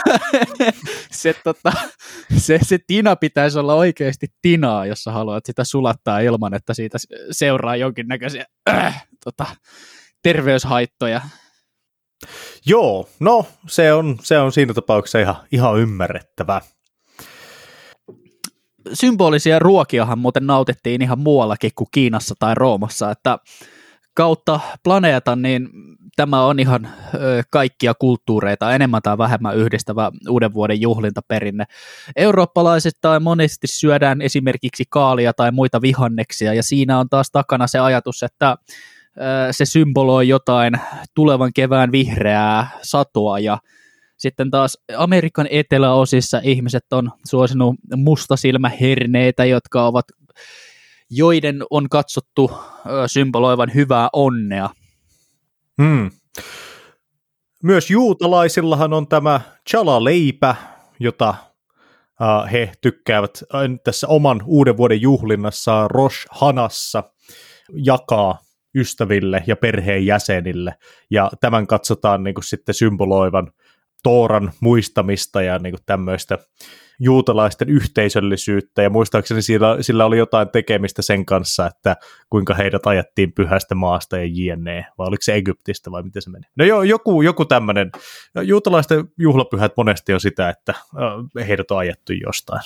se tina pitäisi olla oikeasti tinaa, jos sä haluat sitä sulattaa ilman, että siitä seuraa jonkinnäköisiä terveyshaittoja. Joo, no se on siinä tapauksessa ihan ymmärrettävää. symbolisia ruokiahan muuten nautittiin ihan muuallakin kuin Kiinassa tai Roomassa, että kautta planeetan, niin tämä on ihan kaikkia kulttuureita enemmän tai vähemmän yhdistävä uuden vuoden juhlintaperinne. Eurooppalaisittain monesti syödään esimerkiksi kaalia tai muita vihanneksia, ja siinä on taas takana se ajatus, että se symboloi jotain tulevan kevään vihreää satoa, ja sitten taas Amerikan eteläosissa ihmiset on suosinut mustasilmäherneitä, joiden on katsottu symboloivan hyvää onnea. Myös juutalaisillahan on tämä chalaleipä, jota he tykkäävät tässä oman uuden vuoden juhlinnassaan Rosh Hanassa jakaa ystäville ja perheen jäsenille, ja tämän katsotaan niin kuin sitten symboloivan Tooran muistamista ja niin kuin tämmöistä juutalaisten yhteisöllisyyttä, ja muistaakseni sillä oli jotain tekemistä sen kanssa, että kuinka heidät ajettiin pyhästä maasta ja jne, vai oliko se Egyptistä vai miten se meni? No joo, joku tämmöinen. Juutalaisten juhlapyhät monesti on sitä, että heidät on ajettu jostain.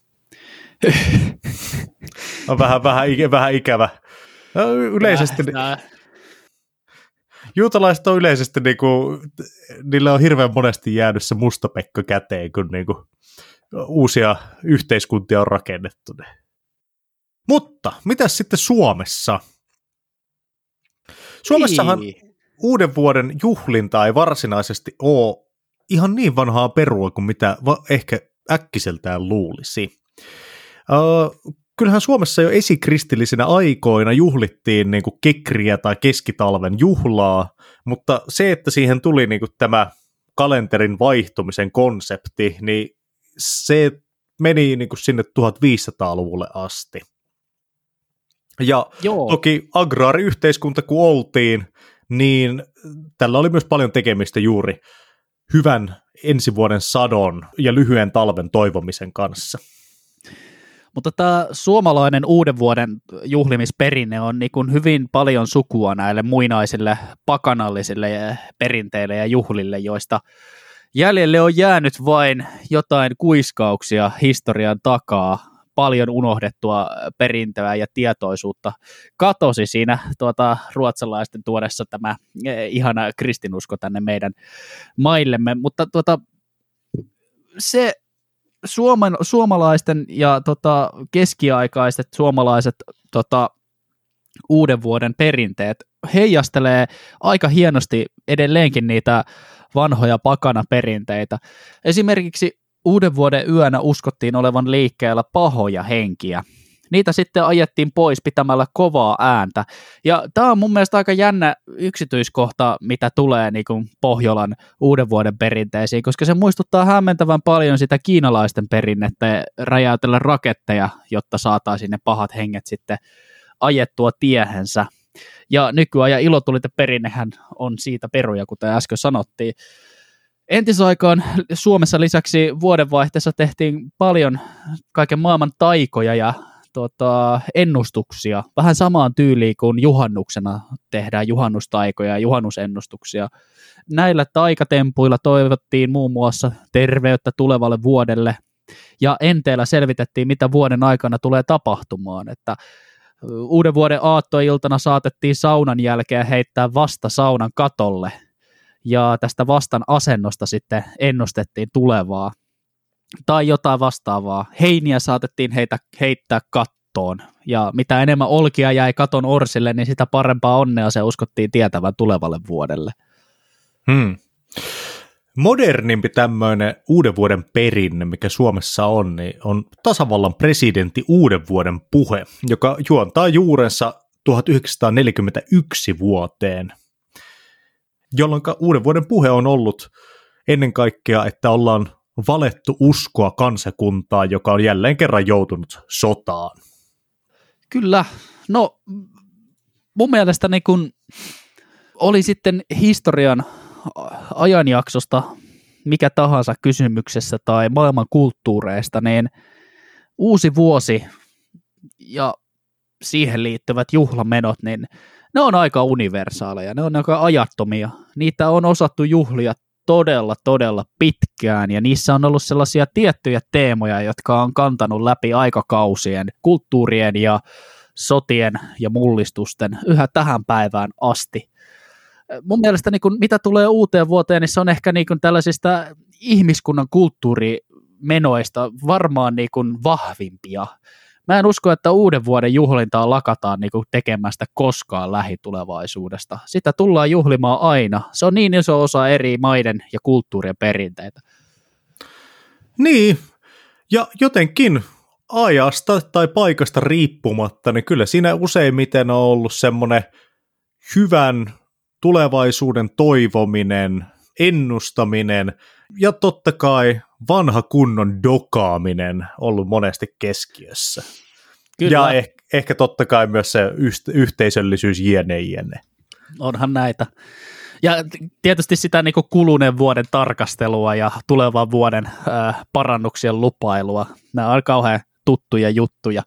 On vähän ikävä. Yleisesti juutalaiset on yleisesti, niillä on hirveän monesti jäänyt se musta pekka käteen, kun uusia yhteiskuntia on rakennettu. Mutta mitäs sitten Suomessa? Suomessahan uuden vuoden juhlinta ei varsinaisesti ole ihan niin vanhaa perua kuin mitä ehkä äkkiseltään luulisi. Kyllähän Suomessa jo esikristillisinä aikoina juhlittiin niin kuin kekriä tai keskitalven juhlaa, mutta se, että siihen tuli niin kuin tämä kalenterin vaihtumisen konsepti, niin se meni niin kuin sinne 1500-luvulle asti. Ja toki agraariyhteiskunta kun oltiin, niin tällä oli myös paljon tekemistä juuri hyvän ensi vuoden sadon ja lyhyen talven toivomisen kanssa. Mutta tämä suomalainen uuden vuoden juhlimisperinne on niin kuin hyvin paljon sukua näille muinaisille pakanallisille perinteille ja juhlille, joista jäljelle on jäänyt vain jotain kuiskauksia historian takaa. Paljon unohdettua perintöä ja tietoisuutta katosi siinä ruotsalaisten tuodessa tämä ihana kristinusko tänne meidän maillemme, mutta se suomalaisten ja keskiaikaiset suomalaiset uuden vuoden perinteet heijastelee aika hienosti edelleenkin niitä vanhoja pakanaperinteitä. Esimerkiksi uuden vuoden yönä uskottiin olevan liikkeellä pahoja henkiä. Niitä sitten ajettiin pois pitämällä kovaa ääntä. Ja tämä on mun mielestä aika jännä yksityiskohta, mitä tulee niin kuin Pohjolan uuden vuoden perinteisiin, koska se muistuttaa hämmentävän paljon sitä kiinalaisten perinnettä räjäytellä raketteja, jotta saataisiin ne pahat henget sitten ajettua tiehensä. Ja nykyajan ilotuliteperinnehän on siitä peruja, kuten äsken sanottiin. Entisaikaan Suomessa lisäksi vuodenvaihteessa tehtiin paljon kaiken maailman taikoja ja ennustuksia. Vähän samaan tyyliin kuin juhannuksena tehdään juhannustaikoja ja juhannusennustuksia. Näillä taikatempuilla toivottiin muun muassa terveyttä tulevalle vuodelle ja enteellä selvitettiin, mitä vuoden aikana tulee tapahtumaan. Että uuden vuoden aattoiltana saatettiin saunan jälkeen heittää vasta saunan katolle. Ja tästä vastan asennosta sitten ennustettiin tulevaa. Tai jotain vastaavaa. Heiniä saatettiin heittää kattoon. Ja mitä enemmän olkia jäi katon orsille, niin sitä parempaa onnea se uskottiin tietävän tulevalle vuodelle. Modernimpi tämmöinen uuden vuoden perinne, mikä Suomessa on, niin on tasavallan presidentti uuden vuoden puhe, joka juontaa juurensa 1941 vuoteen. Jolloin uuden vuoden puhe on ollut ennen kaikkea, että ollaan valettu uskoa kansakuntaa, joka on jälleen kerran joutunut sotaan. Kyllä, no mun mielestä niin kun oli sitten historian ajanjaksosta mikä tahansa kysymyksessä tai maailman kulttuureista, niin uusi vuosi ja siihen liittyvät juhlamenot, niin ne on aika universaaleja, ne on aika ajattomia. Niitä on osattu juhlia todella pitkään, ja niissä on ollut sellaisia tiettyjä teemoja, jotka on kantanut läpi aikakausien, kulttuurien ja sotien ja mullistusten yhä tähän päivään asti. Mun mielestä niin kun, mitä tulee uuteen vuoteen, niin se on ehkä niin kun tällaisista ihmiskunnan kulttuurimenoista varmaan niin kun vahvimpia. Mä en usko, että uuden vuoden juhlintaa lakataan niin kuin tekemästä koskaan lähitulevaisuudesta. Sitä tullaan juhlimaan aina. Se on niin iso osa eri maiden ja kulttuurien perinteitä. Niin, ja jotenkin ajasta tai paikasta riippumatta, niin kyllä siinä useimmiten on ollut semmoinen hyvän tulevaisuuden toivominen, ennustaminen ja totta kai vanha kunnon dokaaminen ollut monesti keskiössä. Kyllä. Ja ehkä totta kai myös se yhteisöllisyys jne. Onhan näitä. Ja tietysti sitä niin kuin kuluneen vuoden tarkastelua ja tulevan vuoden parannuksien lupailua. Nämä on kauhean tuttuja juttuja.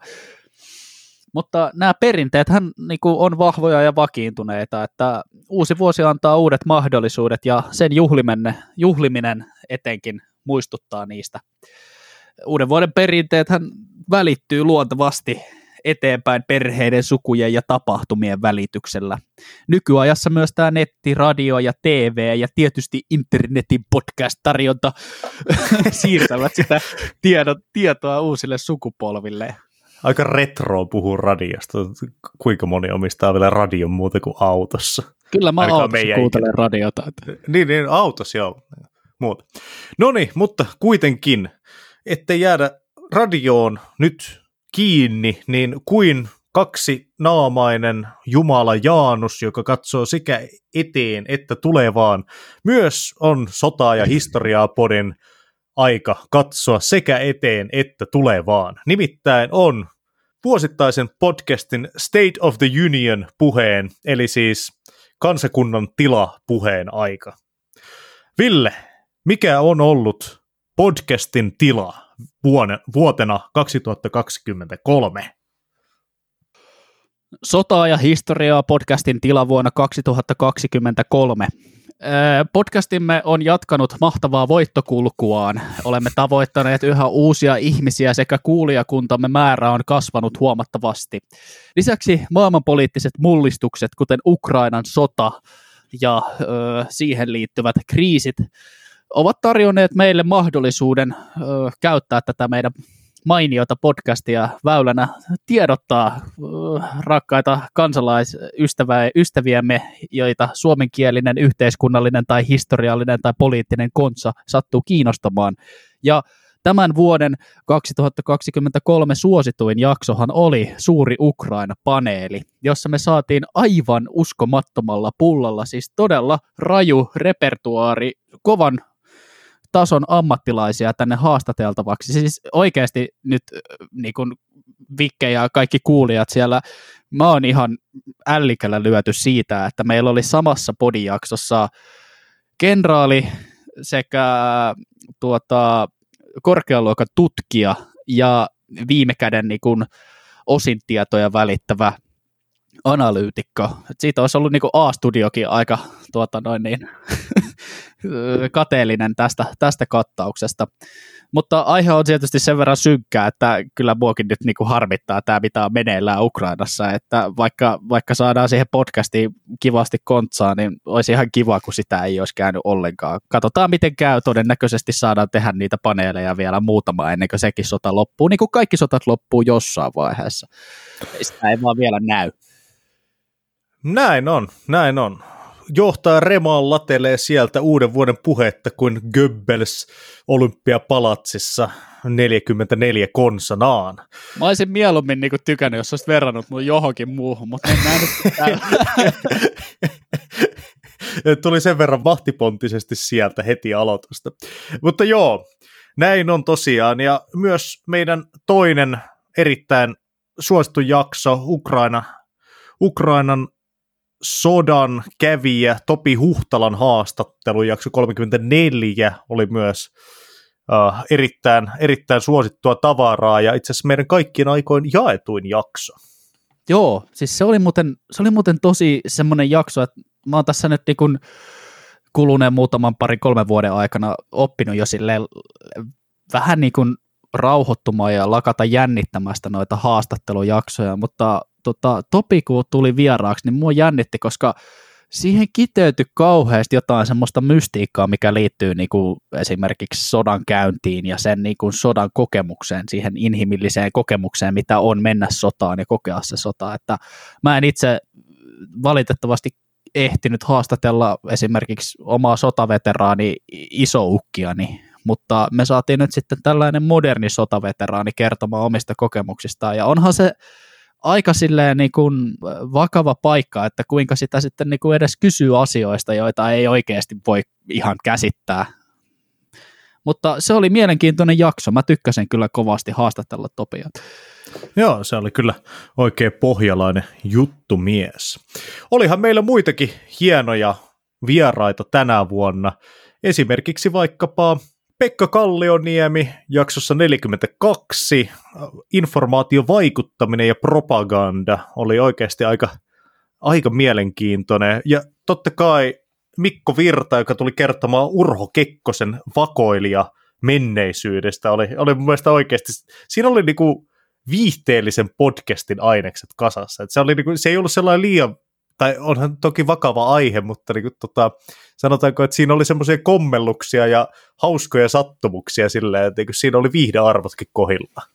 Mutta nämä perinteethän niin kuin on vahvoja ja vakiintuneita, että uusi vuosi antaa uudet mahdollisuudet ja sen juhliminen etenkin muistuttaa niistä. Uuden vuoden perinteethän välittyy luontevasti eteenpäin perheiden, sukujen ja tapahtumien välityksellä. Nykyajassa myös tämä netti, radio ja TV ja tietysti internetin podcast-tarjonta siirtävät sitä tietoa uusille sukupolville. Aika retroa puhuu radiosta. Kuinka moni omistaa vielä radion muuta kuin autossa? Kyllä mä autossa kuuntelen radiota. Niin, autossa joo. Muuta. Noniin, mutta kuitenkin, ettei jäädä radioon nyt kiinni, niin kuin kaksinaamainen Jumala Jaanus, joka katsoo sekä eteen että tulevaan, myös on Sotaa ja historiaa podin aika katsoa sekä eteen että tulevaan. Nimittäin on vuosittaisen podcastin State of the Union -puheen, eli siis kansakunnan tila-puheen aika. Ville, mikä on ollut podcastin tila vuotena 2023? Sotaa ja historiaa podcastin tila vuonna 2023. Podcastimme on jatkanut mahtavaa voittokulkuaan. Olemme tavoittaneet yhä uusia ihmisiä sekä kuulijakuntamme määrä on kasvanut huomattavasti. Lisäksi maailmanpoliittiset mullistukset, kuten Ukrainan sota ja siihen liittyvät kriisit, ovat tarjonneet meille mahdollisuuden käyttää tätä meidän mainiota podcastia väylänä tiedottaa rakkaita kansalaisystäviämme, joita suomenkielinen, yhteiskunnallinen tai historiallinen tai poliittinen konsa sattuu kiinnostamaan. Ja tämän vuoden 2023 suosituin jaksohan oli Suuri Ukraina-paneeli, jossa me saatiin aivan uskomattomalla pullalla, siis todella raju repertuaari, kovan tason ammattilaisia tänne haastateltavaksi. Siis oikeasti nyt niin kuin Vikke ja kaikki kuulijat siellä, mä oon ihan ällikällä lyöty siitä, että meillä oli samassa podijaksossa kenraali sekä korkealuokan tutkija ja viime käden niin kuin osintietoja välittävä analyytikko. Siitä olisi ollut niin kuin A-studiokin aika kateellinen tästä kattauksesta. Mutta aihe on tietysti sen verran synkkää, että kyllä muakin nyt niin kuin harmittaa tämä, mitä on meneillään Ukrainassa, että vaikka saadaan siihen podcastiin kivasti kontsaa, niin olisi ihan kiva, kun sitä ei olisi käynyt ollenkaan. Katsotaan, miten käy. Todennäköisesti saadaan tehdä niitä paneeleja vielä muutama ennen kuin sekin sota loppuu, niin kuin kaikki sotat loppuu jossain vaiheessa. Sitä ei vaan vielä näy. Näin on. Johtaja Remaan latelee sieltä uuden vuoden puhetta kuin Goebbels Olympiapalatsissa 44 konsanaan. Mä olisin mieluummin niinku tykännyt, jos olisit verrannut mun johonkin muuhun, mutta mennään nyt Tuli sen verran vahtipontisesti sieltä heti aloitusta. Mutta joo, näin on tosiaan. Ja myös meidän toinen erittäin suosittu jakso, Ukrainan sodan kävijä Topi Huhtalan haastattelu, jakso 34 oli myös erittäin suosittua tavaraa ja itse asiassa meidän kaikkien aikoin jaetuin jakso. Joo, siis se oli muuten tosi semmoinen jakso, että mä oon tässä nyt niin kun kuluneen muutaman 3 vuoden aikana oppinut jo silleen vähän niin kuin rauhoittumaan ja lakata jännittämästä noita haastattelujaksoja, mutta Topi kun tuli vieraaksi, niin mua jännitti, koska siihen kiteytyi kauheasti jotain semmoista mystiikkaa, mikä liittyy niin kuin esimerkiksi sodan käyntiin ja sen niin kuin sodan kokemukseen, siihen inhimilliseen kokemukseen, mitä on mennä sotaan ja kokea se sota. Että mä en itse valitettavasti ehtinyt haastatella esimerkiksi omaa sotaveteraani isoukkiani, mutta me saatiin nyt sitten tällainen moderni sotaveteraani kertomaan omista kokemuksistaan, ja onhan se aika silleen niin kuin vakava paikka, että kuinka sitä sitten niin kuin edes kysyy asioista, joita ei oikeasti voi ihan käsittää. Mutta se oli mielenkiintoinen jakso, mä tykkäsin kyllä kovasti haastatella Topia. Joo, se oli kyllä oikein pohjalainen juttumies. Olihan meillä muitakin hienoja vieraita tänä vuonna, esimerkiksi vaikkapa Pekka Kallioniemi jaksossa 42, informaatiovaikuttaminen ja propaganda oli oikeasti aika mielenkiintoinen. Ja totta kai Mikko Virta, joka tuli kertomaan Urho Kekkosen vakoilija menneisyydestä, oli mun mielestä oikeasti, siinä oli niinku viihteellisen podcastin ainekset kasassa. Et se ei ollut sellainen liian, tai onhan toki vakava aihe, mutta niinku sanotaanko, että siinä oli semmoisia kommelluksia ja hauskoja sattumuksia silleen, että siinä oli viihdearvotkin kohdillaan.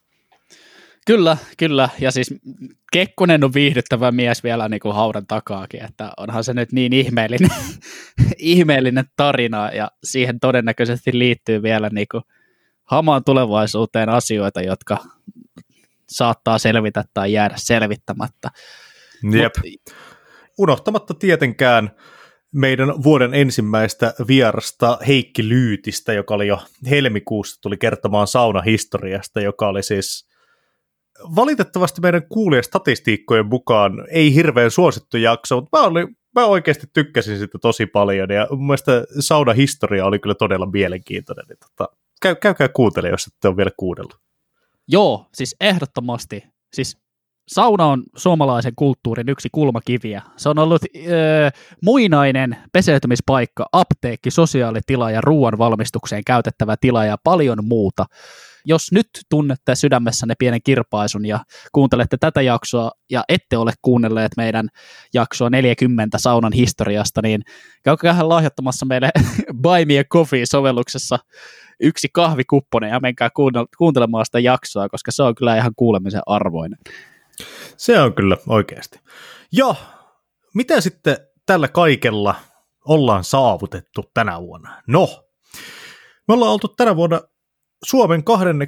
Kyllä, ja siis Kekkonen on viihdyttävä mies vielä niin kuin haudan takaakin, että onhan se nyt niin ihmeellinen tarina, ja siihen todennäköisesti liittyy vielä niin kuin hamaan tulevaisuuteen asioita, jotka saattaa selvitä tai jäädä selvittämättä. Jep. Unohtamatta tietenkään meidän vuoden ensimmäistä vierasta Heikki Lyytistä, joka oli jo helmikuussa, tuli kertomaan saunahistoriasta, joka oli siis valitettavasti meidän kuulijastatistiikkojen mukaan ei hirveän suosittu jakso, mutta mä oikeasti tykkäsin sitä tosi paljon, ja mun mielestä saunahistoria oli kyllä todella mielenkiintoinen. Niin käykää kuuntelemaan, jos ette ole vielä kuunnellut. Joo, siis ehdottomasti. Siis sauna on suomalaisen kulttuurin yksi kulmakiviä. Se on ollut muinainen peseytymispaikka, apteekki, sosiaalitila ja ruoan valmistukseen käytettävä tila ja paljon muuta. Jos nyt tunnette sydämessänne pienen kirpaisun ja kuuntelette tätä jaksoa ja ette ole kuunnelleet meidän jaksoa 40 saunan historiasta, niin käykää lahjoittamassa meille Buy Me a Coffee-sovelluksessa yksi kahvikupponen ja menkää kuuntelemaan sitä jaksoa, koska se on kyllä ihan kuulemisen arvoinen. Se on kyllä oikeasti. Ja mitä sitten tällä kaikella ollaan saavutettu tänä vuonna? No, me ollaan oltu tänä vuonna Suomen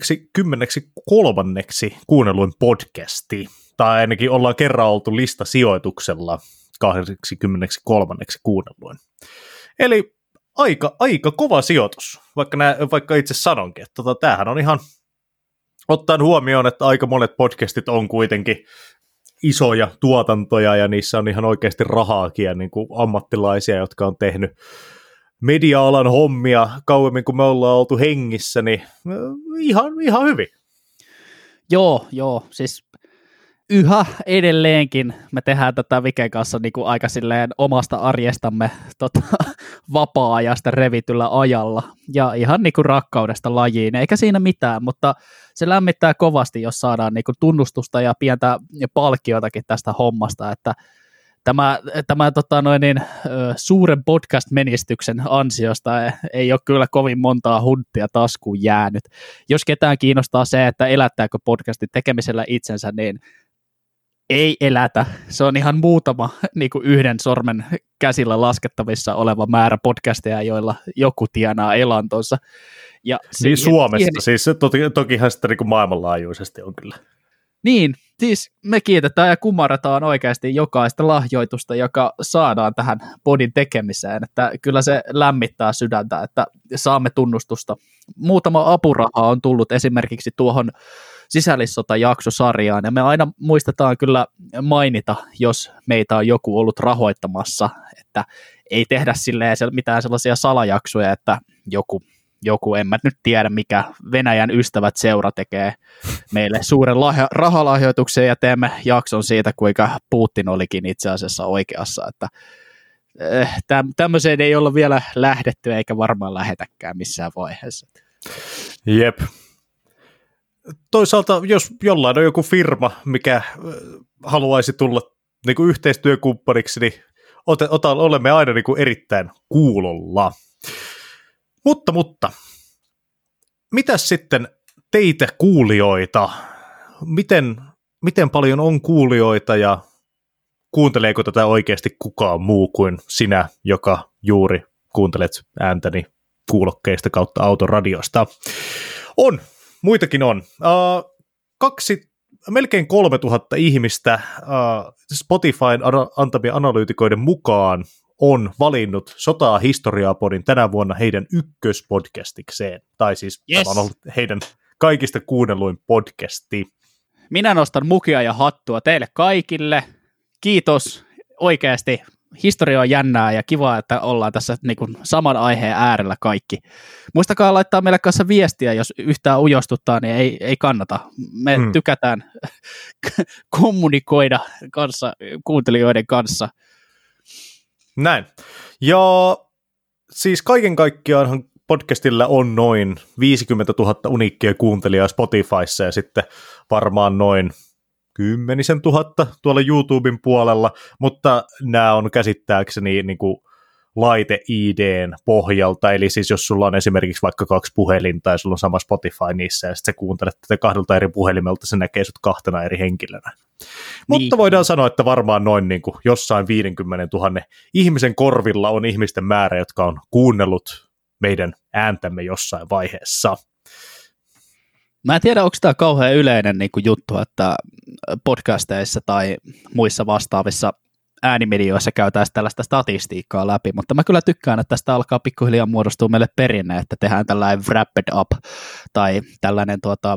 23. kuunnelluin podcasti, tai ainakin ollaan kerran oltu listasijoituksella 23. kuunnelluin. Eli aika kova sijoitus, vaikka itse sanonkin, että tämähän on ihan, ottaen huomioon, että aika monet podcastit on kuitenkin isoja tuotantoja, ja niissä on ihan oikeasti rahaakin, ja niin kuin ammattilaisia, jotka on tehnyt media-alan hommia kauemmin kuin me ollaan oltu hengissä, niin ihan hyvin. Joo, siis yhä edelleenkin me tehdään tätä Viken kanssa niin kuin aika silleen omasta arjestamme vapaa-ajasta revityllä ajalla, ja ihan niin kuin rakkaudesta lajiin, eikä siinä mitään, mutta se lämmittää kovasti, jos saadaan niin kuin tunnustusta ja pientä palkkiotakin tästä hommasta, että Tämä suuren podcast-menestyksen ansiosta ei ole kyllä kovin montaa hunttia taskuun jäänyt. Jos ketään kiinnostaa se, että elättääkö podcastin tekemisellä itsensä, niin ei elätä. Se on ihan muutama niin kuin yhden sormen käsillä laskettavissa oleva määrä podcasteja, joilla joku tienaa elantonsa. Ja niin Suomesta, siis tokihan sitä niin kuin maailmanlaajuisesti on kyllä. Niin, siis me kiitetään ja kumarretaan oikeasti jokaista lahjoitusta, joka saadaan tähän podin tekemiseen, että kyllä se lämmittää sydäntä, että saamme tunnustusta. Muutama apuraha on tullut esimerkiksi tuohon sisällissota-jaksosarjaan, ja me aina muistetaan kyllä mainita, jos meitä on joku ollut rahoittamassa, että ei tehdä silleen mitään sellaisia salajaksoja, että joku, en mä nyt tiedä, mikä Venäjän ystävät seura tekee meille suuren rahalahjoituksen ja teemme jakson siitä, kuinka Putin olikin itse asiassa oikeassa, että Tämmöiseen ei olla vielä lähdetty, eikä varmaan lähetäkään missään vaiheessa. Jep. Toisaalta, jos jollain on joku firma, mikä haluaisi tulla niin kuin yhteistyökumppaniksi, niin olemme aina niin kuin erittäin kuulolla. Mutta, mitäs sitten teitä kuulijoita? Miten paljon on kuulijoita ja kuunteleeko tätä oikeasti kukaan muu kuin sinä, joka juuri kuuntelet ääntäni kuulokkeista kautta autoradiosta? Muitakin on. Melkein 3000 ihmistä Spotifyn antamien analyytikoiden mukaan on valinnut Sotaa historiaa -podin tänä vuonna heidän ykköspodcastikseen. Tai siis tämä on ollut heidän kaikista kuunnelluin podcasti. Minä nostan mukia ja hattua teille kaikille. Kiitos oikeasti. Historia on jännää ja kiva, että ollaan tässä niin kuin saman aiheen äärellä kaikki. Muistakaa laittaa meille kanssa viestiä, jos yhtään ujostuttaa, niin ei kannata. Me tykätään kommunikoida kuuntelijoiden kanssa. Näin. Ja siis kaiken kaikkiaanhan podcastilla on noin 50 000 uniikkia kuuntelijaa Spotifyssa ja sitten varmaan noin 10 000 tuolla YouTuben puolella, mutta nämä on käsittääkseni niin kuin laite-ID:n pohjalta, eli siis jos sulla on esimerkiksi vaikka 2 puhelinta ja sulla on sama Spotify niissä ja sitten sä kuuntelet tätä 2 eri puhelimelta, se näkee sut 2 eri henkilönä. Niin. Mutta voidaan sanoa, että varmaan noin niin kuin jossain 50 000 ihmisen korvilla on ihmisten määrä, jotka on kuunnellut meidän ääntämme jossain vaiheessa. Mä en tiedä, onko tämä kauhean yleinen niin kuin juttu, että podcasteissa tai muissa vastaavissa äänimedioissa käytäisiin tällaista statistiikkaa läpi, mutta mä kyllä tykkään, että tästä alkaa pikkuhiljaa muodostua meille perinne, että tehdään tällainen wrapped up tai tällainen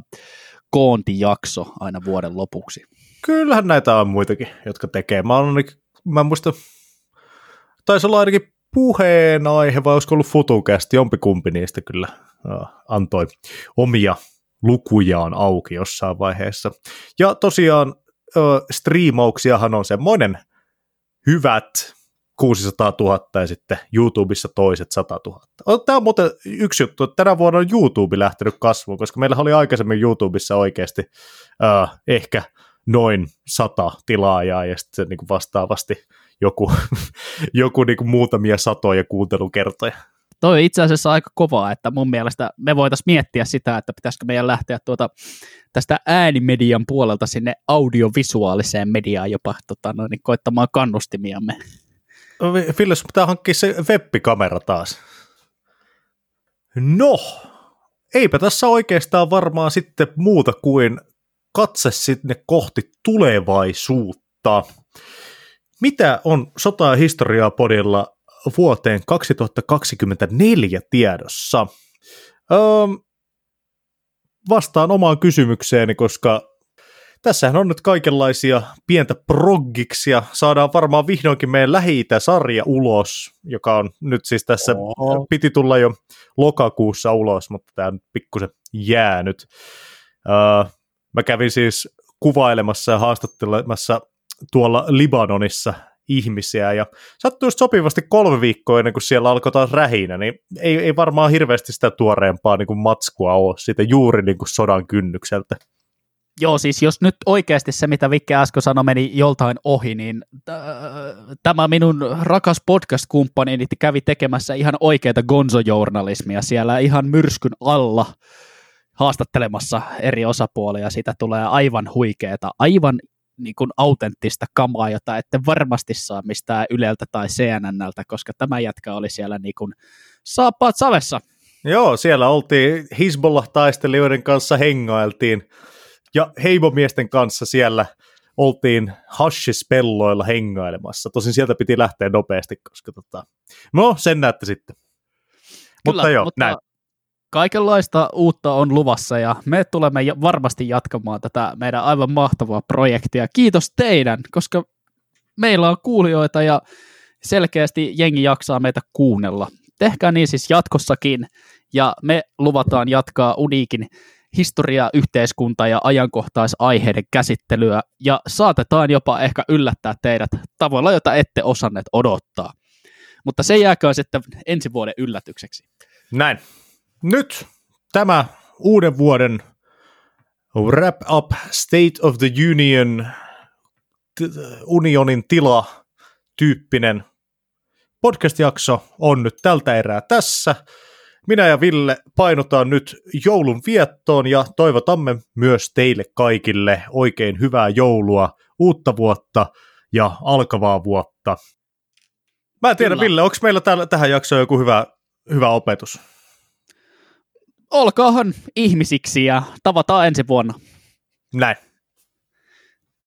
koontijakso aina vuoden lopuksi. Kyllähän näitä on muitakin, jotka tekee. Mä muistan, taisi olla ainakin puheenaihe, vai olisiko ollut FutuCast, jompikumpi niistä kyllä antoi omia lukujaan auki jossain vaiheessa. Ja tosiaan striimauksiahan on semmoinen hyvät 600 000 ja sitten YouTubessa toiset 100 000. Tämä on muuten yksi juttu, että tänä vuonna on YouTube lähtenyt kasvuun, koska meillä oli aikaisemmin YouTubessa oikeasti ehkä noin 100 tilaajaa ja sitten niin kuin vastaavasti joku niin kuin muutamia satoja kuuntelukertoja. Toi on itse asiassa aika kovaa, että mun mielestä me voitaisiin miettiä sitä, että pitäisikö meidän lähteä tästä äänimedian puolelta sinne audiovisuaaliseen mediaan jopa niin koittamaan kannustimiamme. Ville, sun pitää hankkia se webbikamera taas. No, eipä tässä oikeastaan varmaan sitten muuta kuin katse sinne kohti tulevaisuutta. Mitä on Sotaa ja historiaa -podilla vuoteen 2024 tiedossa? Vastaan omaan kysymykseeni, koska tässähän on nyt kaikenlaisia pientä proggiksia. Saadaan varmaan vihdoinkin meidän Lähi-Itä-sarja ulos, joka on nyt siis tässä, piti tulla jo lokakuussa ulos, mutta tämä on pikkusen jäänyt. Mä kävin siis kuvailemassa ja haastattelemassa tuolla Libanonissa ihmisiä, ja sattui just sopivasti 3 viikkoa ennen kuin siellä alkoi taas rähinä, niin ei varmaan hirveästi sitä tuoreempaa niin kuin matskua ole siitä juuri niin kuin sodan kynnykseltä. Joo, siis jos nyt oikeasti se, mitä Vikke äsken sanoi, meni joltain ohi, niin tämä minun rakas podcast-kumppani kävi tekemässä ihan oikeaa gonzo-journalismia siellä ihan myrskyn alla haastattelemassa eri osapuolia. Siitä tulee aivan huikeeta, aivan niin kuin autenttista kamaa, jota ette varmasti saa mistään Yleltä tai CNNltä, koska tämä jätkä oli siellä niin kuin saappaat savessa. Joo, siellä oltiin Hizbollah-taistelijoiden kanssa hengailtiin, ja heimomiesten kanssa siellä oltiin hashispelloilla hengailemassa. Tosin sieltä piti lähteä nopeasti, koska no sen näette sitten. Kyllä, mutta joo, näin. Kaikenlaista uutta on luvassa ja me tulemme varmasti jatkamaan tätä meidän aivan mahtavaa projektia. Kiitos teidän, koska meillä on kuulijoita ja selkeästi jengi jaksaa meitä kuunnella. Tehkää niin siis jatkossakin ja me luvataan jatkaa uniikin historia, yhteiskunta ja ajankohtaisaiheiden käsittelyä ja saatetaan jopa ehkä yllättää teidät tavoilla, jota ette osanneet odottaa. Mutta se jääköön sitten ensi vuoden yllätykseksi. Näin. Nyt tämä uuden vuoden Wrap Up State of the Union unionin tila -tyyppinen podcast-jakso on nyt tältä erää tässä. Minä ja Ville painutaan nyt joulun viettoon ja toivotamme myös teille kaikille oikein hyvää joulua, uutta vuotta ja alkavaa vuotta. Mä en tiedä, Ville, onko meillä tähän jaksoon joku hyvä opetus? Olkaahan ihmisiksi ja tavataan ensi vuonna. Näin.